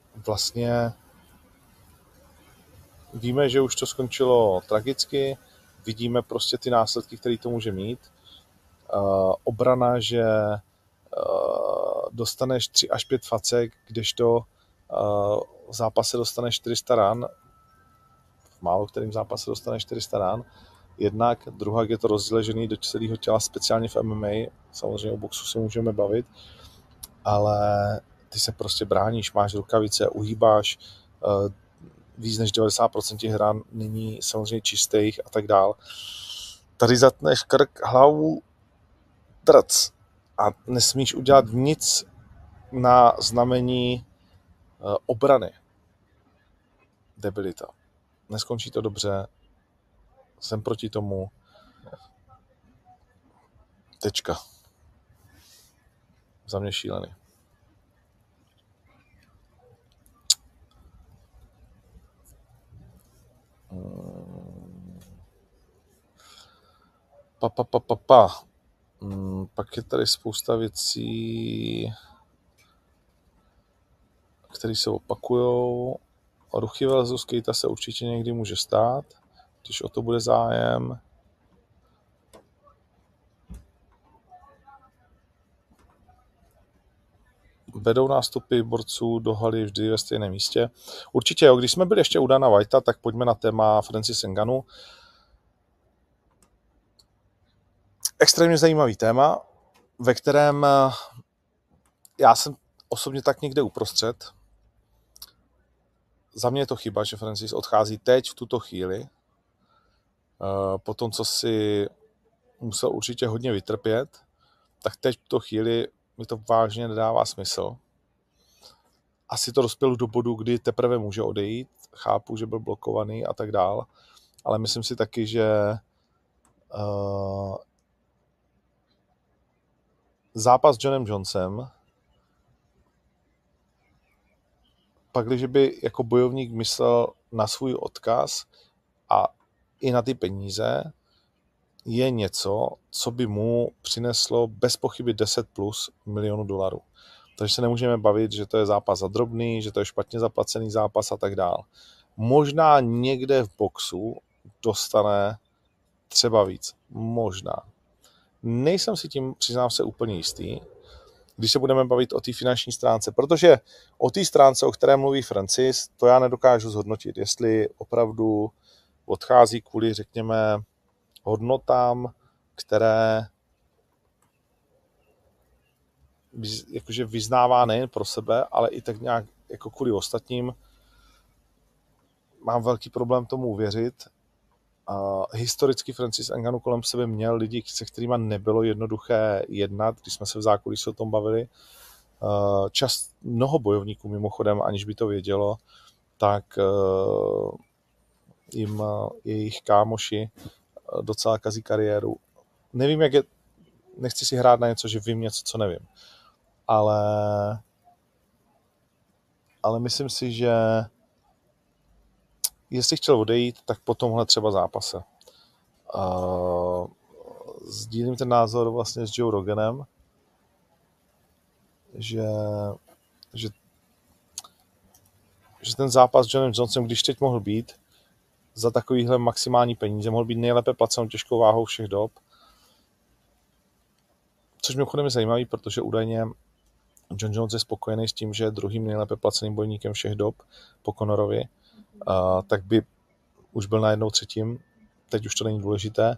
vlastně víme, že už to skončilo tragicky. vidíme prostě ty následky, které to může mít. Obrana, že dostaneš 3 až 5 facek, kdežto v zápase dostaneš 400 ran, v málo kterým zápase dostaneš 400 ran, jednak, druhak je to rozdělený do celého těla, speciálně v MMA, samozřejmě o boxu se můžeme bavit, ale ty se prostě bráníš, máš rukavice, uhýbáš, víc než 90% těch ran není samozřejmě čistých a tak dál. Tady zatneš krk, hlavu, trc a nesmíš udělat nic na znamení obrany. Debilita. Neskončí to dobře, jsem proti tomu. Tečka. Za mě šílený. Pak je tady spousta věcí, které se opakujou. Ruchy versus Keita se určitě někdy může stát, když o to bude zájem. Vedou nástupy borců do haly vždy ve stejném místě. Určitě jo, když jsme byli ještě u Dana Whitea, tak pojďme na téma Francis Ngannoumu. Extrémně zajímavý téma, ve kterém já jsem osobně tak někde uprostřed. Za mě je to chyba, že Francis odchází teď v tuto chvíli, po tom, co si musel určitě hodně vytrpět, tak teď v tuto chvíli mi to vážně nedává smysl. Asi to dospělo do bodu, kdy teprve může odejít, chápu, že byl blokovaný a tak dál, ale myslím si taky, že zápas s Johnem Jonesem, pak když by jako bojovník myslel na svůj odkaz a i na ty peníze, je něco, co by mu přineslo bez pochyby 10 plus milionů dolarů. Takže se nemůžeme bavit, že to je zápas za drobný, že to je špatně zaplacený zápas a tak dál. Možná někde v boxu dostane třeba víc. Možná. Nejsem si tím, přiznám se, úplně jistý, když se budeme bavit o té finanční stránce, protože o té stránce, o které mluví Francis, to já nedokážu zhodnotit, jestli opravdu odchází kvůli, řekněme, hodnotám, které jakože vyznává nejen pro sebe, ale i tak nějak jako kvůli ostatním. Mám velký problém tomu uvěřit. Historicky Francis Ngannou kolem sebe měl lidi, se kterými nebylo jednoduché jednat, když jsme se v zákulisí o tom bavili. Mnoho bojovníků mimochodem, aniž by to vědělo, tak jim jejich kámoši docela kazí kariéru. Nevím, jak je, nechci si hrát na něco, že vím něco, co nevím. Ale myslím si, že jestli chtěl odejít, tak po tomhle třeba zápase. Sdílím ten názor vlastně s Joe Roganem, že ten zápas s Johnem Jonesem, když teď mohl být za takovýhle maximální peníze, mohl být nejlépe placenou těžkou váhou všech dob. Což mimochodem je zajímavý, protože údajně John Jones je spokojený s tím, že je druhým nejlépe placeným bojníkem všech dob po Conorovi, tak by už byl najednou třetím. Teď už to není důležité.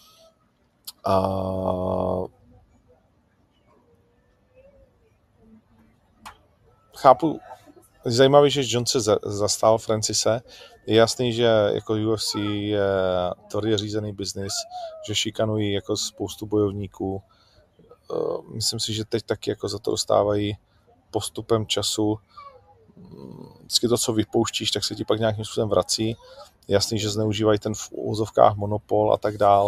Chápu, zajímavý, že Jones se zastal Francise. Je jasný, že jako UFC je tvrdě řízený biznis, že šikanují jako spoustu bojovníků. Myslím si, že teď taky jako za to dostávají postupem času. Vždycky to, co vypouštíš, tak se ti pak nějakým způsobem vrací. Je jasný, že zneužívají ten v úzovkách monopol a tak dál.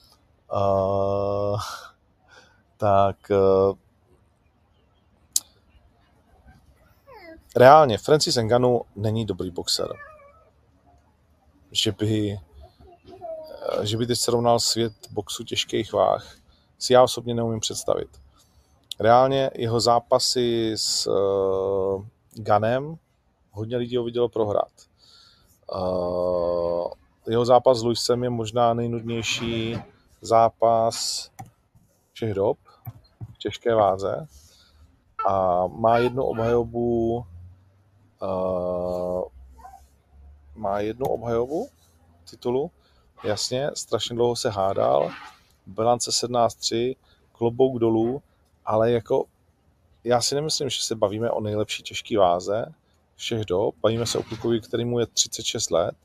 Reálně, Francis Ngannou není dobrý boxer. Že by teď srovnal svět boxu těžkých váh, si já osobně neumím představit. Reálně jeho zápasy s Ganem hodně lidí ho vidělo prohrát. jeho zápas s Luisem je možná nejnudnější zápas všech dob v těžké váze a má jednu obhajobu titulu, jasně, strašně dlouho se hádal, bilance 17-3, klobouk dolů, ale jako já si nemyslím, že se bavíme o nejlepší těžké váze všech dob, bavíme se o klukovi, který mu je 36 let.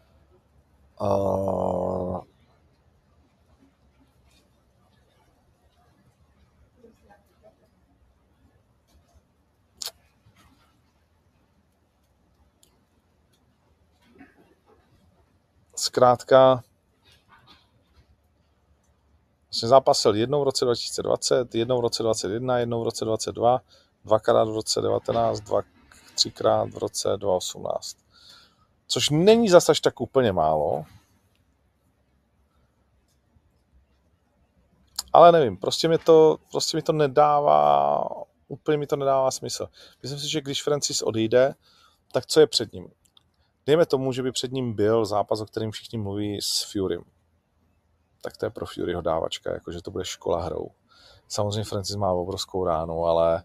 Zkrátka vlastně zápasil jednou v roce 2020, jednou v roce 2021, jednou v roce 2022, dvakrát v roce 19, třikrát v roce 2018. Což není zase až tak úplně málo. Ale nevím, prostě mi to nedává, úplně mi to nedává smysl. Myslím si, že když Francis odejde, tak co je před ním? Dejme tomu, že by před ním byl zápas, o kterém všichni mluví, s Furym. Tak to je pro Furyho dávačka, jakože to bude škola hrou. Samozřejmě Francis má obrovskou ránu, ale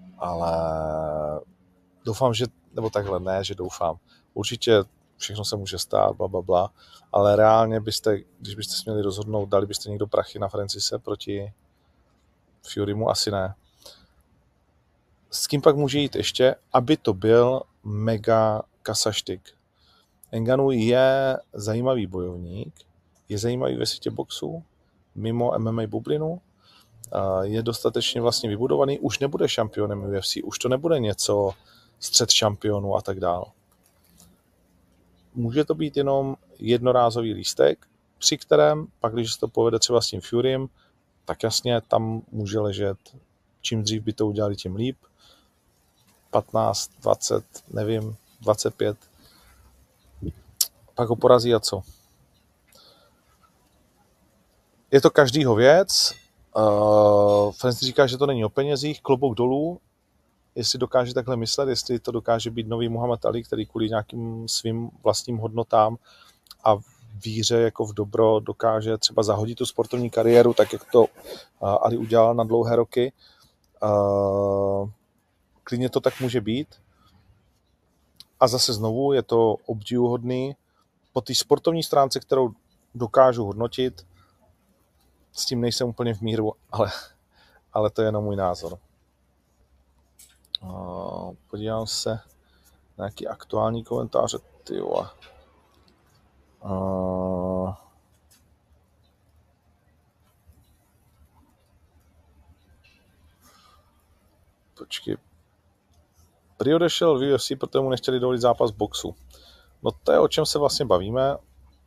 doufám, že, nebo takhle, ne, že doufám. Určitě všechno se může stát, blablabla, ale reálně když byste směli rozhodnout, dali byste někdo prachy na Francise proti Furymu? Asi ne. S kým pak může jít ještě, aby to byl mega kasaštyk? Ngannou je zajímavý bojovník, je zajímavý ve světě boxu, mimo MMA bublinu, je dostatečně vlastně vybudovaný, už nebude šampionem UFC, už to nebude něco střed šampionů a tak dál. Může to být jenom jednorázový lístek, při kterém, pak když se to povede třeba s tím Furym, tak jasně tam může ležet, čím dřív by to udělali, tím líp. 15, 20, nevím, 25. Pak ho porazí a co? Je to každýho věc. Francis říká, že to není o penězích, klobouk dolů. Jestli dokáže takhle myslet, jestli to dokáže být nový Muhammad Ali, který kvůli nějakým svým vlastním hodnotám a víře jako v dobro dokáže třeba zahodit tu sportovní kariéru, tak jak to Ali udělal na dlouhé roky. Klidně to tak může být. A zase znovu je to obdivuhodný. Po té sportovní stránce, kterou dokážu hodnotit, s tím nejsem úplně v míru, ale to je jenom můj názor. Podívám se na nějaký aktuální komentáře. Ty vole. Počkej. Prý odešel v UFC, protože mu nechtěli dovolit zápas boxu. No to je, o čem se vlastně bavíme.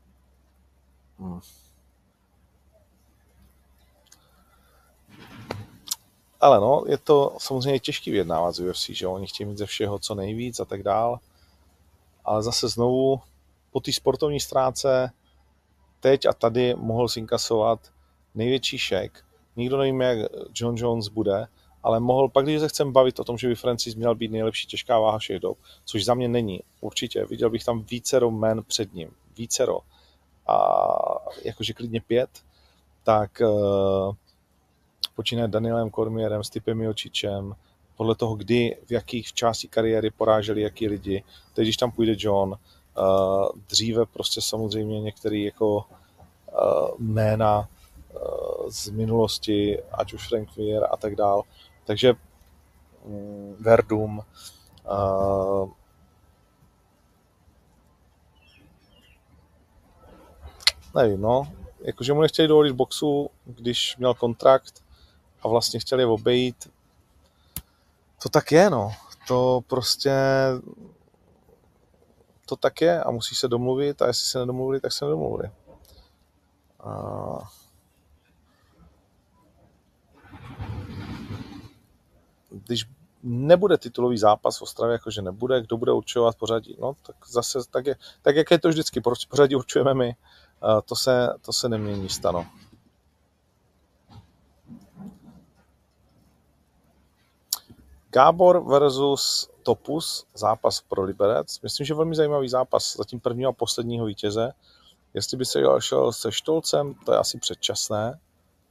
Ale no, je to samozřejmě těžký vyjednávat z UFC, že oni chtějí mít ze všeho co nejvíc a tak dál. Ale zase znovu, po té sportovní stránce teď a tady mohl zinkasovat největší šek. Nikdo nevíme, jak John Jones bude, ale mohl, pak když se chceme bavit o tom, že by Francis měl být nejlepší těžká váha všech dob, což za mě není, určitě. Viděl bych tam vícero men před ním. Vícero. A jakože klidně 5, tak počínaje Danielem Cormierem, Stipem Miocičem, podle toho, kdy, v jakých části kariéry poráželi jaký lidi. Teď, když tam půjde John, dříve prostě samozřejmě některý jako jména z minulosti, ať už Frank Mir a tak dál. Takže Verdum, nevím, no, jakože mu nechtěli dovolit boxu, když měl kontrakt a vlastně chtěli obejít. To tak je, no. To prostě to tak je a musí se domluvit a jestli se nedomluvili, tak se nedomluvili. Když nebude titulový zápas v Ostravě, jakože nebude, kdo bude určovat pořadí, no tak zase tak jak je to vždycky, pořadí určujeme my, to se nemění stano. Gábor versus Topus, zápas pro Liberec. Myslím, že velmi zajímavý zápas, zatím prvního a posledního vítěze. Jestli by se šel se Štolcem, to je asi předčasné.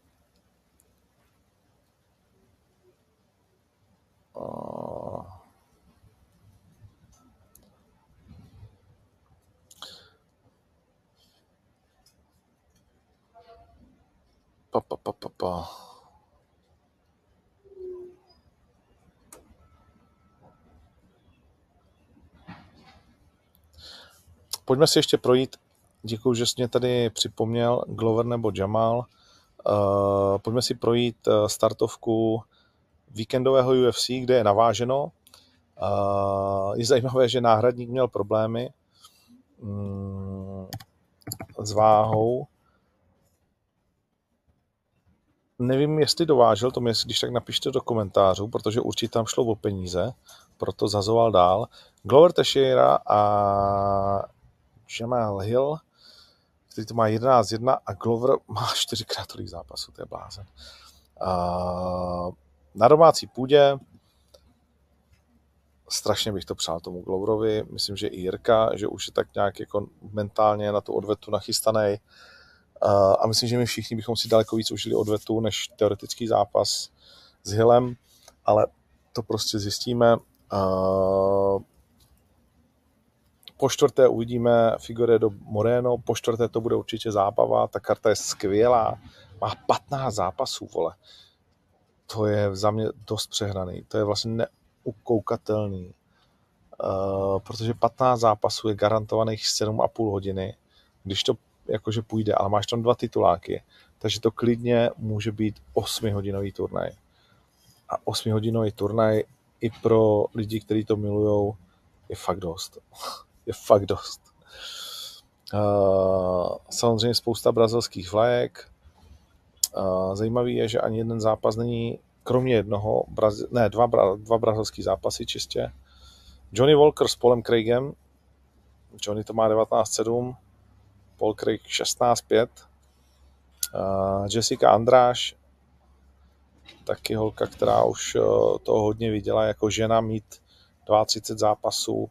Pojďme si ještě projít, děkuji, že jsi mě tady připomněl, Glover nebo Jamal. Pojďme si projít startovku víkendového UFC, kde je naváženo. Je zajímavé, že náhradník měl problémy s váhou. Nevím, jestli dovážel, to mi když tak napište do komentářů, protože určitě tam šlo o peníze, proto zazoval dál. Glover Teixeira a Jamal Hill, který to má 11-1 a Glover má 4x tolik zápasů, to je blázen. Na domácí půdě strašně bych to přál tomu Gloverovi, myslím, že i Jirka, že už je tak nějak jako mentálně na tu odvetu nachystaný a myslím, že my všichni bychom si daleko víc užili odvetu než teoretický zápas s Hillem, ale to prostě zjistíme. Po čtvrté uvidíme Figueiredo Moreno, po čtvrté to bude určitě zábava, ta karta je skvělá, má 15 zápasů, vole. To je za mě dost přehnaný, to je vlastně neukoukatelný, protože 15 zápasů je garantovaných 7,5 hodiny, když to jakože půjde, ale máš tam 2 tituláky, takže to klidně může být 8hodinový turnaj. A 8hodinový turnaj i pro lidi, kteří to milujou, je fakt dost. Je fakt dost. Samozřejmě spousta brazilských vlajek. Zajímavý je, že ani jeden zápas není, kromě jednoho, dva brazilský zápasy čistě. Johnny Walker s Paulem Craigem. Johnny to má 19-7, Paul Craig 16-5. Jessica Andráš, taky holka, která už toho hodně viděla jako žena, mít 32 zápasů.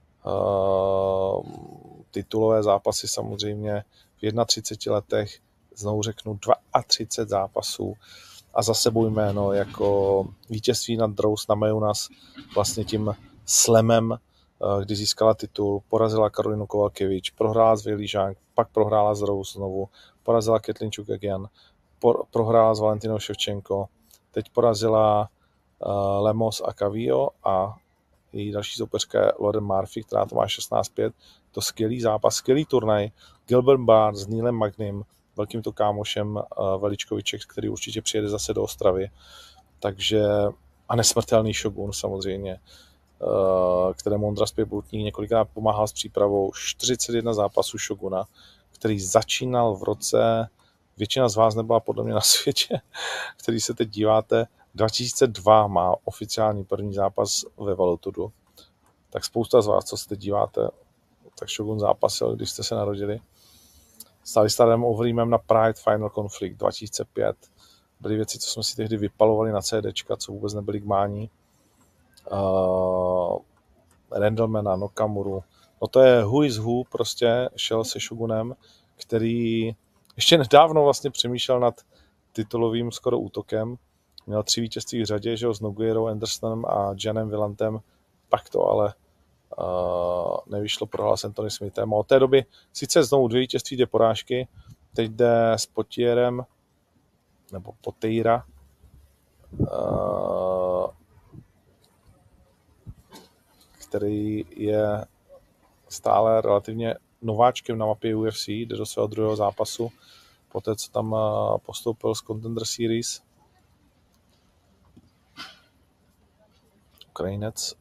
Titulové zápasy samozřejmě v 31 letech, znovu řeknu 32 zápasů a za sebou jméno jako vítězství nad Rose Namajunas vlastně tím slamem, kdy získala titul, porazila Karolinu Kovalkiewicz, prohrála s Weili Zhang, pak prohrála s Rose znovu, porazila Katlyn Chookagian, prohrála s Valentinou Shevchenko, teď porazila Lemos a Cavillo a její další soupeřka je Lauren Murphy, která to má 16-5. To skvělý zápas, skvělý turnaj. Gilbert Burns s Neilem Magnym, velkým to kámošem Veličkoviček, který určitě přijede zase do Ostravy. Takže a nesmrtelný Shogun samozřejmě, kterému Ondra Spěbutník několikrát pomáhal s přípravou. 41 zápasů Shoguna, který začínal v roce, většina z vás nebyla podle mě na světě, který se teď díváte, 2002 má oficiální první zápas ve Valutudu. Tak spousta z vás, co se teď díváte, tak Shogun zápasil, když jste se narodili. Stáli starým Overeemem na Pride Final Conflict 2005. Byly věci, co jsme si tehdy vypalovali na CDčka, co vůbec nebyly k mání. Randlemana, Nakamuru. No to je who is who, prostě šel se Shogunem, který ještě nedávno vlastně přemýšlel nad titulovým skoro útokem. Měl 3 vítězství v řadě, že jo, s Nogueirou, Andersonem a Janem Villantem, pak to ale nevyšlo, prohrál s Anthony Smithem. A od té doby sice znovu 2 vítězství, 2 porážky, teď jde s Potierem, nebo Poteira, který je stále relativně nováčkem na mapě UFC, jde do svého druhého zápasu, poté co tam postoupil z Contender Series. Ukrajinec.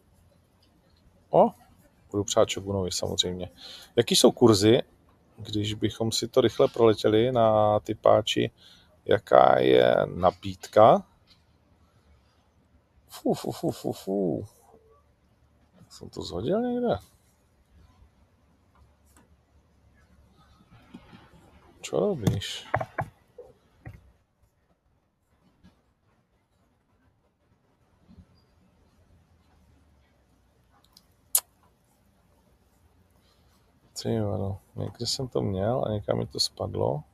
Budu přát Shogunovi samozřejmě. Jaký jsou kurzy, když bychom si to rychle proletěli na typáči, jaká je nabídka? Jsem to zhodil někde? Čo robíš? Ty vado. Někde jsem to měl a někam mi to spadlo.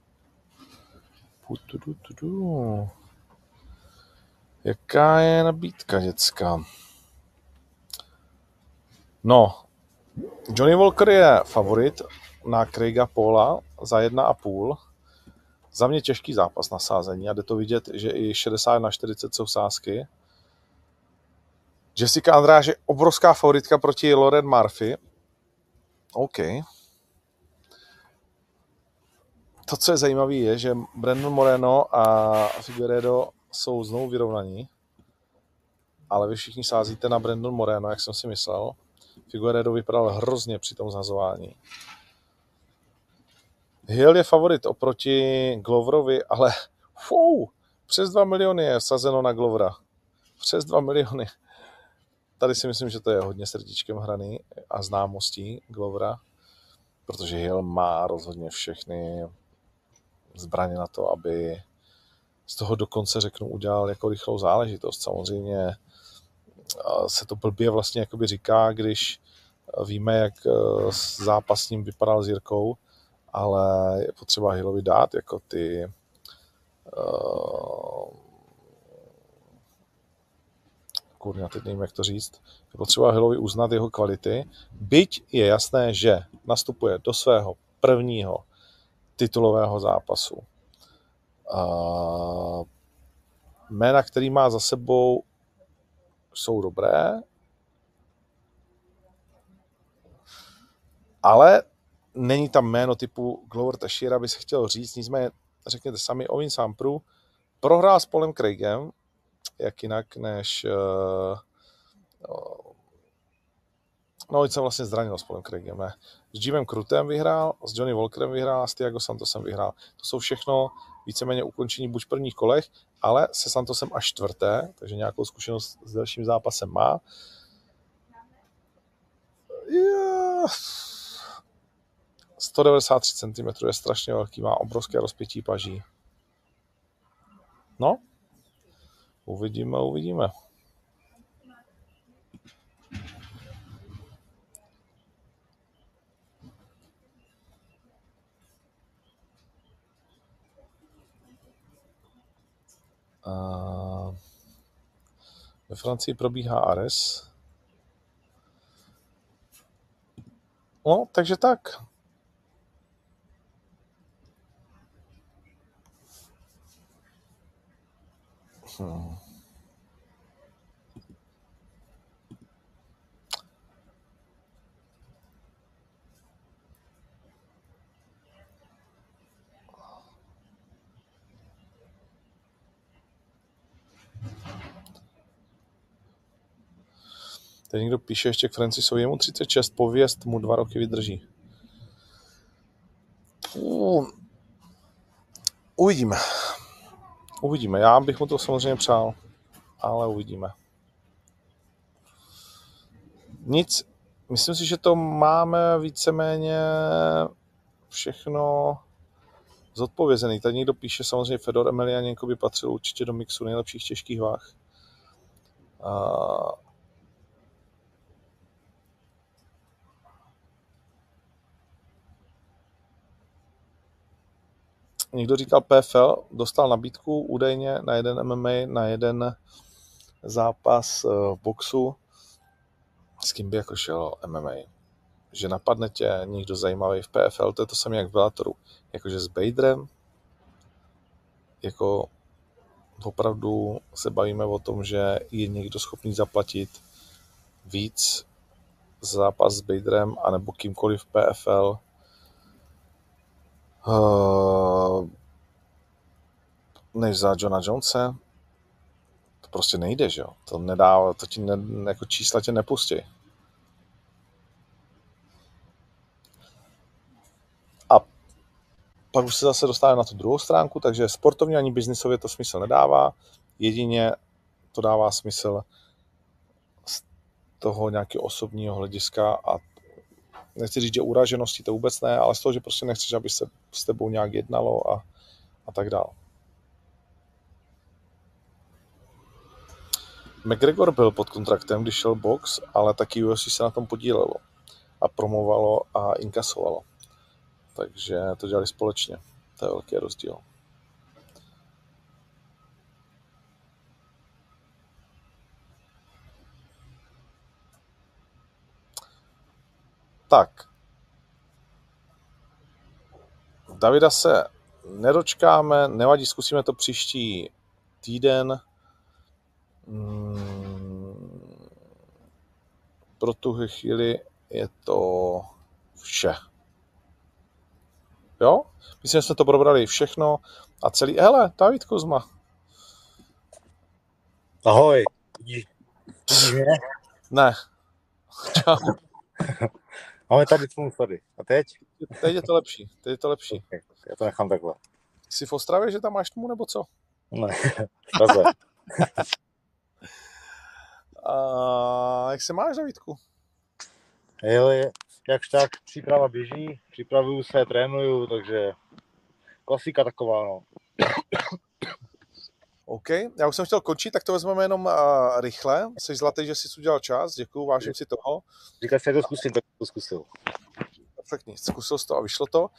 Jaká je nabídka, děcka? No, Johnny Walker je favorit na Craiga Paula za 1,5. Za mě těžký zápas na sázení a jde to vidět, že i 60/40 jsou sázky. Jessica Andrade je obrovská favoritka proti Lauren Murphy. OK. To, co je zajímavé, je, že Brandon Moreno a Figueiredo jsou znovu vyrovnaní, ale vy všichni sázíte na Brandon Moreno, jak jsem si myslel. Figueiredo vypadal hrozně při tom zhazování. Hill je favorit oproti Gloverovi, ale přes 2 miliony je vsazeno na Glovera. Přes 2 miliony. Tady si myslím, že to je hodně srdíčkem hraný a známostí Glovera, protože Hill má rozhodně všechny zbraně na to, aby z toho dokonce, řeknu, udělal jako rychlou záležitost. Samozřejmě se to blbě vlastně jakoby říká, když víme, jak zápas s ním vypadal s Jirkou, ale je potřeba Hillovi dát jako ty kurňa, teď nevím, jak to říct, je potřeba Hillovi uznat jeho kvality, byť je jasné, že nastupuje do svého prvního titulového zápasu. Jména, který má za sebou, jsou dobré, ale není tam jméno typu Glover Teixeira, by se chtěl říct, nicméně řekněte sami, Owen Sampru prohrál s Paulem Craigem, jak jinak než no, jsem vlastně zranil s Paulem Craigem, ne. S Jimem Krutem vyhrál, s Johnny Walkerem vyhrál, s Thiago Santosem vyhrál. To jsou všechno víceméně ukončení buď v prvních kolech, ale se Santosem až čtvrté, takže nějakou zkušenost s dalším zápasem má. 193 cm je strašně velký, má obrovské rozpětí paží. No, uvidíme. Ve Francii probíhá Ares. No, takže tak. Teď někdo píše ještě k Francisovi, je mu 36, pověst mu 2 roky vydrží. Uvidíme. Já bych mu to samozřejmě přál, ale uvidíme. Nic, myslím si, že to máme víceméně všechno zodpovězený. Tady někdo píše, samozřejmě Fedor Emelianenko by patřil určitě do mixu nejlepších těžkých váh. Někdo říkal PFL, dostal nabídku údajně na jeden MMA, na jeden zápas v boxu. S kým by jako šel MMA? Že napadne tě někdo zajímavý v PFL, to je to samé jak v Bellatoru. Jakože s Baderem, jako opravdu se bavíme o tom, že je někdo schopný zaplatit víc za zápas s Baderem anebo kýmkoliv v PFL. Než za Johna Jonese. To prostě nejde, že jo? To nedá, to ti jako čísla tě nepustí. A pak už se zase dostáváme na tu druhou stránku, takže sportovně ani biznisově to smysl nedává. Jedině to dává smysl z toho nějakého osobního hlediska a nechci říct, že uraženosti to vůbec ne, ale z toho, že prostě nechceš, aby se s tebou nějak jednalo a tak dále. McGregor byl pod kontraktem, když šel box, ale taky UFC se na tom podílelo a promovalo a inkasovalo. takže to dělali společně. To je velký rozdíl. Tak. Davida se nedočkáme, nevadí, zkusíme to příští týden. Pro tuhle chvíli je to vše. Jo? Myslím, že jsme to probrali všechno a celý... Hele, David Kozma. Ahoj. Vidíš mě? Ne. Čau. Máme tady tady. A teď? Teď je to lepší. Okay, já to nechám takhle. Jsi v Ostravě, že tam máš tmu, nebo co? Ne, v Praze. A jak se máš, Davidku? Hele, jakž tak, příprava běží, připravuju se, trénuju, takže klasika taková, no. OK, já už jsem chtěl končit, tak to vezmeme jenom rychle. Jsi zlatý, že jsi udělal čas, děkuju, vážím si toho. Říkal jsi, jak to zkusím, tak to zkusil. Perfektně, zkusil jsi to a vyšlo to.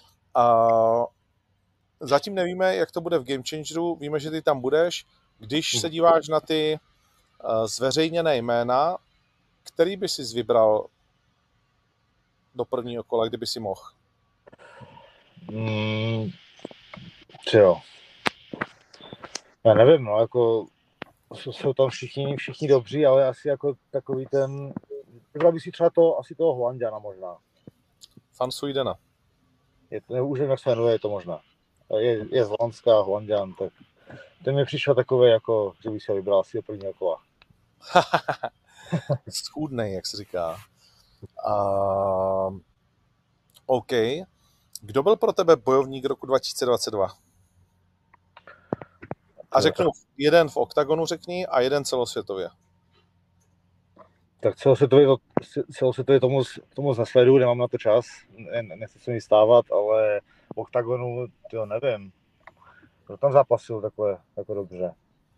Zatím nevíme, jak to bude v Game Changeru, víme, že ty tam budeš. Když se díváš na ty zveřejněné jména, který by si vybral do prvního kola, kdyby si mohl? Jo. Já nevím, no, jako jsou tam všichni dobří, ale asi jako takový ten, vybral by si třeba asi toho Huanďana možná. Fan Suidena. Už nevím, jak se jmenuje, je to možná. Je z Holandska, Huanďan, tak ten mi přišel takový, jako, že by si ho vybral asi do prvního kola. Schůdnej, jak se říká. OK. Kdo byl pro tebe bojovník roku 2022? A řeknu jeden v OKTAGONu řekni a jeden celosvětově. Tak celosvětově tomu nesleduju, nemám na to čas, nechci se mi stávat, ale v OKTAGONu, to nevím. Kdo tam zápasil takhle jako dobře?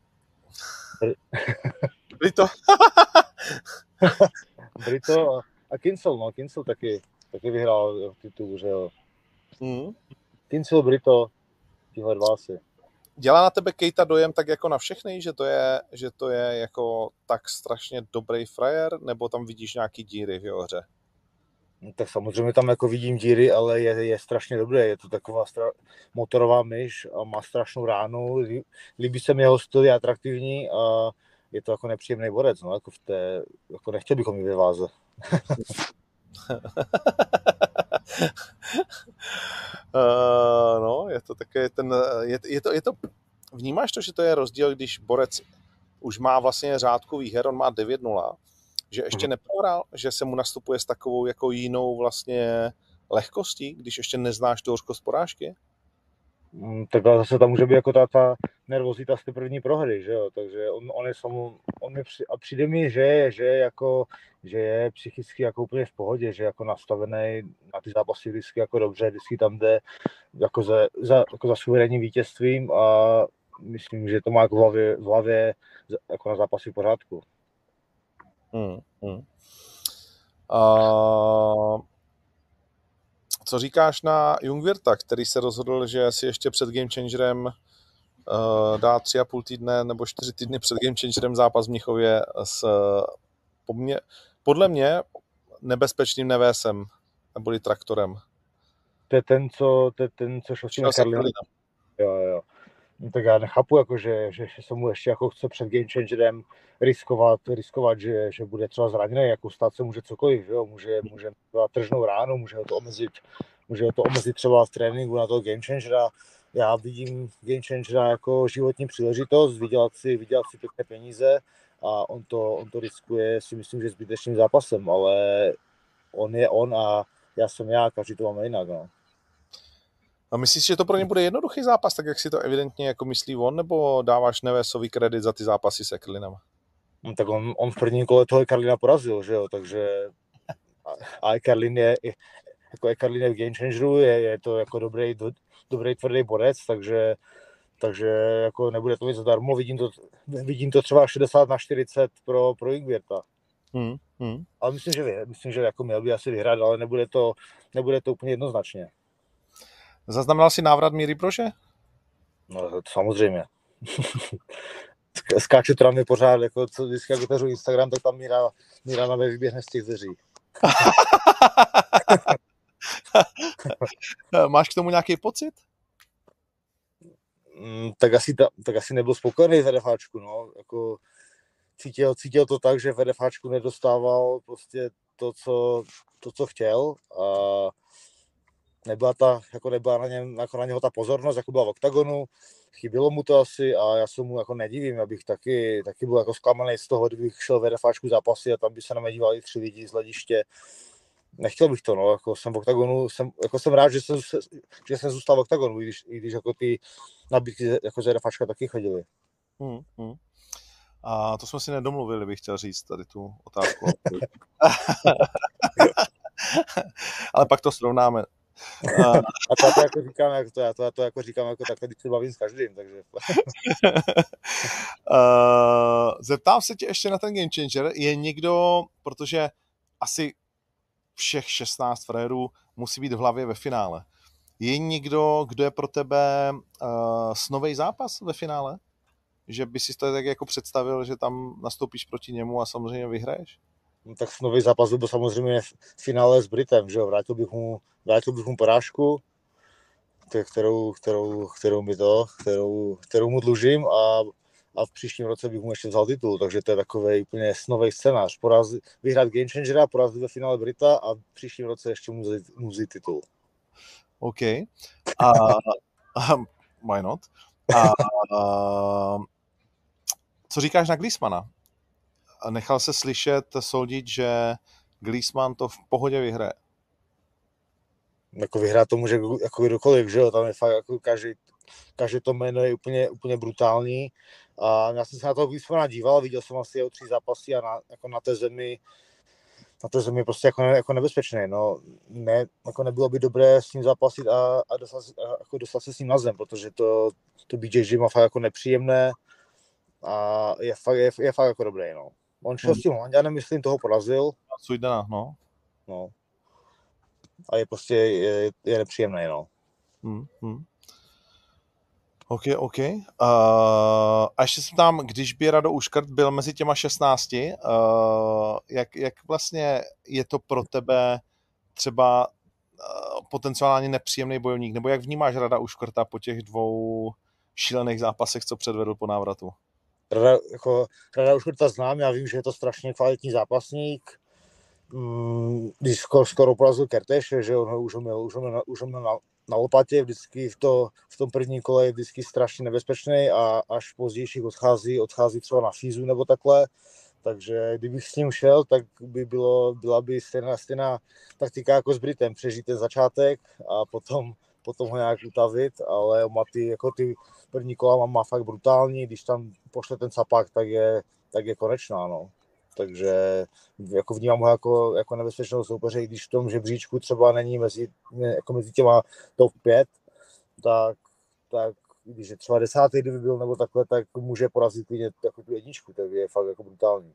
Brito a Kincel, no, Kincel taky vyhrál titul, že jo. Kincel, Brito, tihle dva asi. Dělá na tebe Keita dojem tak jako na všechny, že to je jako tak strašně dobrý frajer, nebo tam vidíš nějaký díry v jeho hře? Tak samozřejmě tam jako vidím díry, ale je strašně dobrý, je to taková motorová myš a má strašnou ránu, líbí se mi jeho styl, je atraktivní a je to jako nepříjemný borec, no, jako nechtěl bychom ji ve váze. No, je to také je to, vnímáš to, že to je rozdíl, když borec už má vlastně řádkový her, on má 9-0, že ještě neprohrál, že se mu nastupuje s takovou jako jinou vlastně lehkostí, když ještě neznáš tu hořkost porážky? Tak zase tam může být jako ta nervozita z té první prohry, že jo, takže a přijde mi, že je psychicky jako úplně v pohodě, že jako nastavený na ty zápasy vždycky jako dobře, vždycky tam jde jako za suverénním vítězstvím a myslím, že to má jako v hlavě jako na zápasy v pořádku. Co říkáš na Jungwirta, který se rozhodl, že si ještě před Game Changerem dá 3,5 týdne nebo 4 týdny před Game Changerem zápas v Mnichově s podle mě nebezpečným nevésem neboli traktorem. To je ten, co šel s tím Karlinem. Jo. Tak já nechápu, jako, že se mu ještě jako chce před Game Changerem riskovat, že bude třeba zraněný, jako stát se může cokoliv, jo? Může mít tržnou ránu, může ho to omezit třeba v tréninku na toho Game Changera. Já vidím Game Changera jako životní příležitost, vydělat si pěkné peníze a on to riskuje, si myslím, že zbytečným zápasem, ale on je on a já jsem já, každý to máme jinak, no. A myslíš, že to pro ně bude jednoduchý zápas, tak jak si to evidentně jako myslí on, nebo dáváš Nevesový kredit za ty zápasy s Ekerlinem? No, tak on v prvním kole toho Ekerlina porazil, že jo, takže a Ekerlin je v Game Changeru, je to jako dobrý tvrdý borec, takže jako nebude to nic zadarmo, vidím to třeba 60-40 pro Jungwirta. Ale myslím, že jako měl by asi vyhrát, ale nebude to úplně jednoznačně. Zaznamenal si návrat Míry Brože? No, samozřejmě. Skáče tam je pořád, jako co vždycky, jak otevřu Instagram, tak tam Míra na vyběhne z těch dveří. Máš k tomu nějaký pocit? Tak asi nebyl spokojený v RFáčku, no. Jako cítil to tak, že v RFáčku nedostával prostě to, co chtěl a nebyla na něho ta pozornost, jako byla v oktagonu, chybilo mu to asi a já se mu jako nedivím, abych taky byl jako zklamaný z toho, kdybych šel v RFáčku zápasy a tam by se na mě dívali 3 lidi z hlediště. Nechtěl bych to, no, jako jsem v oktagonu, jsem rád, že jsem zůstal v oktagonu, i když jako ty nabídky jako z RFáčka taky chodily. A to jsme si nedomluvili, bych chtěl říct tady tu otázku. Ale pak to srovnáme. A to jako říkám, já to jako říkám, jako takhle, když se bavím s každým, takže... Zeptám se tě ještě na ten Game Changer. Je někdo, protože asi všech 16 frérů musí být v hlavě ve finále. Je někdo, kdo je pro tebe snový zápas ve finále? Že by si to tak jako představil, že tam nastoupíš proti němu a samozřejmě vyhraješ? No, tak nový zápas byl samozřejmě v finále s Britem, že jo, vrátil bych mu porážku, kterou mu dlužím a v příštím roce bych mu ještě vzal titul, takže to je takový úplně snový scénář. Vyhrát Game Changera, porazit ve finále Brita a v příštím roce ještě mu vzít titul. OK. Why not? Co říkáš na Griezmana? Nechal se slyšet, soudit, že Griezmann to v pohodě vyhraje. Jako vyhrát to může jako kdokoliv, že jo, tam je fakt jako každé to jméno je úplně brutální a já jsem se na toho Griezmanna díval, viděl jsem asi jeho 3 zápasy a jako na té zemi prostě jako nebezpečné, no, ne, jako nebylo by dobré s ním zápasit a dostat se s ním na zem, protože to BJJ má fakt jako nepříjemné a je fakt jako dobrý, no. On šel s tím Holanďanem, myslím, toho porazil. Sujdena, no. No. A je prostě je nepříjemný, no. OK. A ještě jsem tam, když by Rado Uškrt byl mezi těma 16, jak vlastně je to pro tebe třeba potenciálně nepříjemný bojovník, nebo jak vnímáš Rada Uškrta po těch 2 šílených zápasech, co předvedl po návratu? Rada Uškrta znám, já vím, že je to strašně kvalitní zápasník. Když skoro porazil Kertéše, že on už ho měl na lopatě, vždycky v tom prvním kole je vždycky strašně nebezpečný a až pozdějších odchází třeba na fízu nebo takhle. Takže kdybych s ním šel, tak by byla by stejná taktika jako s Britem, přežít ten začátek a potom ho nějak utavit, ale ty první kola má fakt brutální, když tam pošle ten sapák, tak je konečná, no. Takže jako vnímám ho jako nebezpečného soupeře, i když v tom žebříčku třeba není mezi těma top 5, tak když je třeba 10. kdyby byl nebo takhle, tak může porazit jako tu jedničku, tak je fakt jako brutální.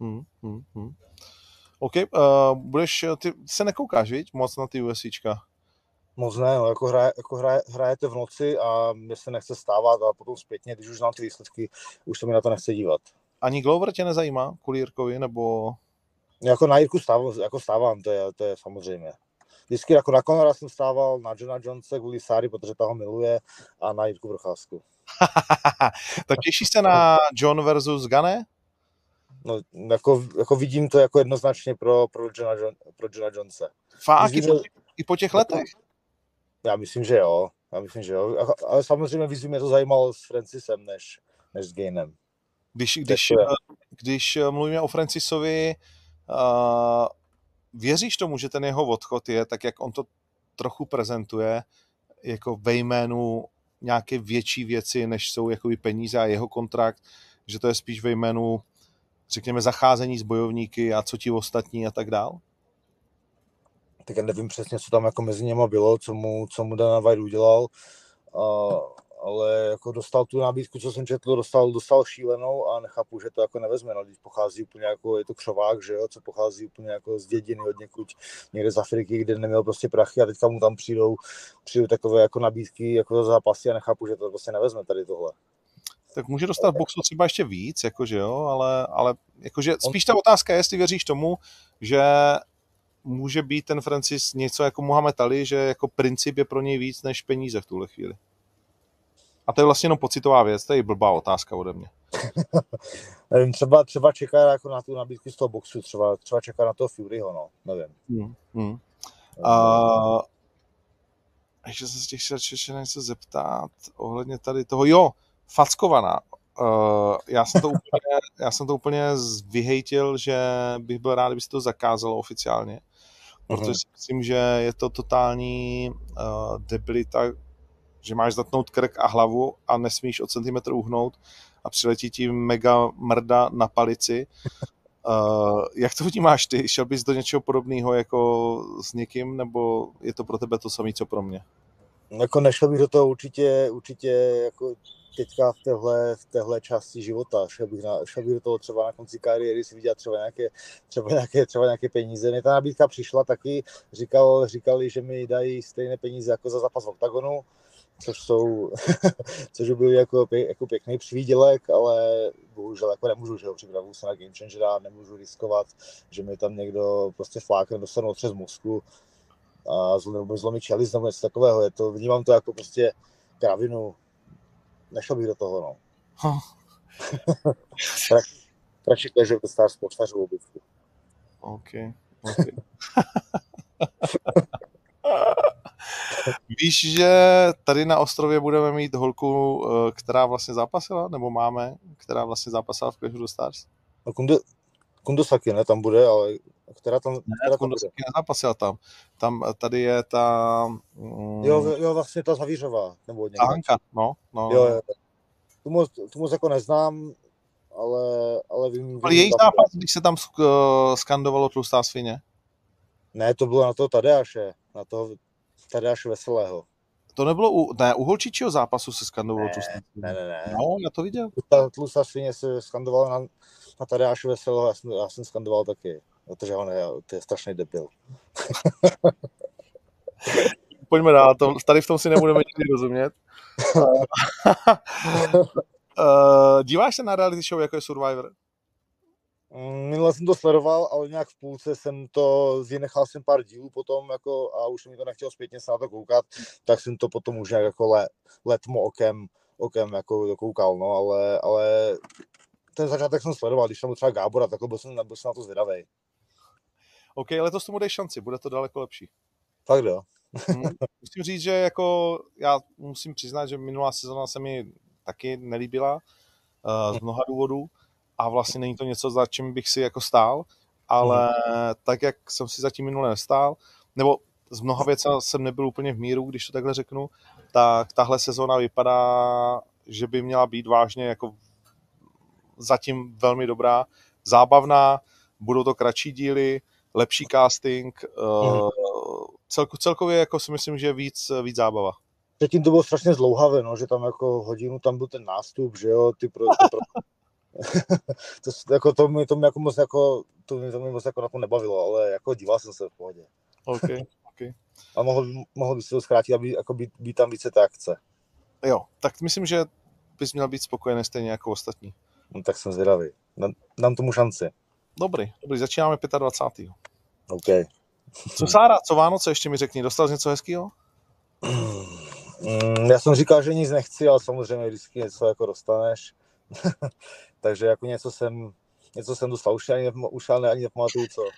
OK, ty se nekoukáš, viď, moc na ty UFCčka? Moc ne, no, hrajete v noci a mě se nechce stávat a potom zpětně, když už znám ty výsledky, už se mi na to nechce dívat. Ani Glover tě nezajímá kvůli Jirkovi, nebo? Jako na Jirku stávám, to je samozřejmě. Vždycky jako na Conora jsem stával, na Johna Jonese kvůli Sáry, protože ta ho miluje, a na Jirku Procházku. Tak těšíš se na John versus Gane? No, jako vidím to jako jednoznačně pro Johna Jonese. Fakt? I po těch letech? Já myslím, že jo. Ale samozřejmě víc mě to zajímalo s Francisem, než s Gainem. Když mluvíme o Francisovi, věříš tomu, že ten jeho odchod je tak, jak on to trochu prezentuje, jako ve jménu nějaké větší věci, než jsou jakoby peníze a jeho kontrakt, že to je spíš ve jménu, řekněme, zacházení s bojovníky a co ti ostatní a tak dál? Tak já nevím přesně, co tam jako mezi něma bylo, co mu Dana White udělal, ale jako dostal tu nabídku, co jsem četl, dostal šílenou a nechápu, že to jako nevezme, no, když pochází úplně jako, je to křovák, že jo, co pochází úplně jako z dědiny od někud, někde z Afriky, kde neměl prostě prachy a teďka mu tam přijdou takové jako nabídky jako za zápasy a nechápu, že to prostě nevezme tady tohle. Tak může dostat v boxu třeba ještě víc, jakože jo, ale jakože spíš ta otázka je, jestli věříš tomu, že může být ten Francis něco jako Muhammad Ali, že jako princip je pro něj víc než peníze v tuhle chvíli. A to je vlastně jenom pocitová věc, to je blbá otázka ode mě. Nevím, třeba čeká jako na tu nabídku z toho boxu, třeba čeká na toho Furyho, no, nevím. Ještě jsem se těch něco zeptat ohledně tady toho, jo, fackovaná. Já jsem to úplně vyhejtil, že bych byl rád, kdyby se to zakázalo oficiálně, protože si myslím, že je to totální debilita, že máš zatnout krk a hlavu a nesmíš o centimetr uhnout a přiletí ti mega mrda na palici. Jak to vnímáš ty? Šel bys do něčeho podobného jako s někým, nebo je to pro tebe to samé, co pro mě? Jako nešel bych do toho určitě jako teďka v téhle části života. Šel bych do toho třeba na konci kariéry si vydělat třeba nějaké peníze. Mně ta nabídka přišla taky, říkali, že mi dají stejné peníze jako za zápas v oktagonu, což byl jako pěkný přivídělek, ale bohužel jako nemůžu, že ho připravuju se na Game Changera, nemůžu riskovat, že mi tam někdo prostě flákne, dostanu otřes mozku a zlomit čelist nebo něco takového. Vnímám to jako prostě kravinu. Nešel bych do toho, no. Radši že to Star Sportsařovou obytku. OK. Víš, že tady na ostrově budeme mít holku, která vlastně zápasila, nebo máme, která vlastně zápasila v Clash of the Stars? No, Kundosaki, ne, tam bude, ale která tam Kundosaki nezápasila tam. Tady je ta... Jo, vlastně ta Zavířová, nebo od někde. Hanka, no. Jo. Tu moc jako neznám, ale vím... Ale její zápas, když se tam skandovalo tlustá svině? Ne, to bylo na toho Tadeáše, Tadeáše Veselého. To nebylo u holčičího zápasu se skandovalo tlustá svině? Ne. No, já to viděl. Tlustá svině se skandovala na Tadeáše Veselého, já jsem skandoval taky. Protože to je strašný debil. Pojďme dál, tady v tom si nebudeme nikdy rozumět. Díváš se na reality show, jako je Survivor? Minule jsem to sledoval, ale nějak v půlce vynechal jsem pár dílů potom, jako, a už mi to nechtělo zpětně se na to koukat, tak jsem to potom už nějak jako letmo okem jako dokoukal, no, ale ten začátek jsem sledoval, když tam byl třeba Gábora, tak byl jsem na to zvědavej. OK, letos tomu dej šanci, bude to daleko lepší. Fakt jo. Musím říct, že jako já musím přiznat, že minulá sezona se mi taky nelíbila z mnoha důvodů a vlastně není to něco, za čím bych si jako stál, ale tak, jak jsem si zatím minule nestál, nebo z mnoha věcí jsem nebyl úplně v míru, když to takhle řeknu, tak tahle sezona vypadá, že by měla být vážně jako zatím velmi dobrá, zábavná, budou to kratší díly, lepší casting, celkově jako si myslím, že víc zábava. Předtím to bylo strašně zdlouhavé, no, že tam jako hodinu tam byl ten nástup, že jo, to mě moc jako na to nebavilo, ale jako díval jsem se v pohodě. Okay. A mohl by se to zkrátit, aby jako být tam více té akce. Jo, tak myslím, že bys měl být spokojený stejně jako ostatní. No, tak jsem zvědavý. Dám tomu šanci. Dobrý, začínáme 25. OK. Co Sára, co Vánoce, ještě mi řekni, dostal jsi něco hezkýho? Já jsem říkal, že nic nechci, ale samozřejmě vždycky něco jako dostaneš. Takže jako něco jsem dostal, už ani nepamatuju, co.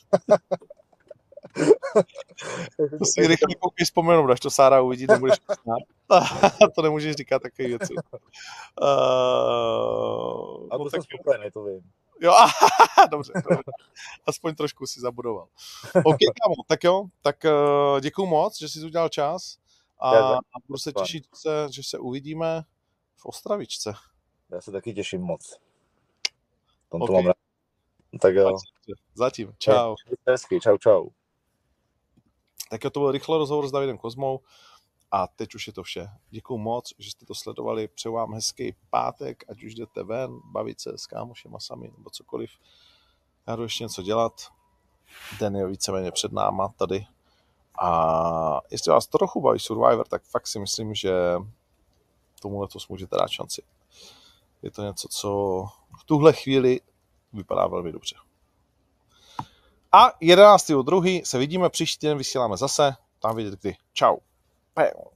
To si rychle koukej vzpomenout, až to Sára uvidí, nebudeš znát. To nemůžeš říkat takové věci. A to jsem spokojený, to vím. Jo, dobře. Aspoň trošku si zabudoval. OK, kámo, tak jo, tak děkuju moc, že jsi udělal čas a budu se těšit, že se uvidíme v Ostravičce. Já se taky těším moc. Okay. Mám rád. Tak jo. Zatím, čau. Hezky, čau. Tak jo, to byl rychle rozhovor s Davidem Kozmou A teď už je to vše. Děkuju moc, že jste to sledovali. Přeju vám hezký pátek, ať už jdete ven, bavit se s kámošema sami nebo cokoliv. Já jdu ještě něco dělat. Den je víceméně před náma tady. A jestli vás trochu baví Survivor, tak fakt si myslím, že tomu letos můžete dát šanci. Je to něco, co v tuhle chvíli vypadá velmi dobře. A 11.2. se vidíme, příští den vysíláme zase. Tam vidět kdy. Čau.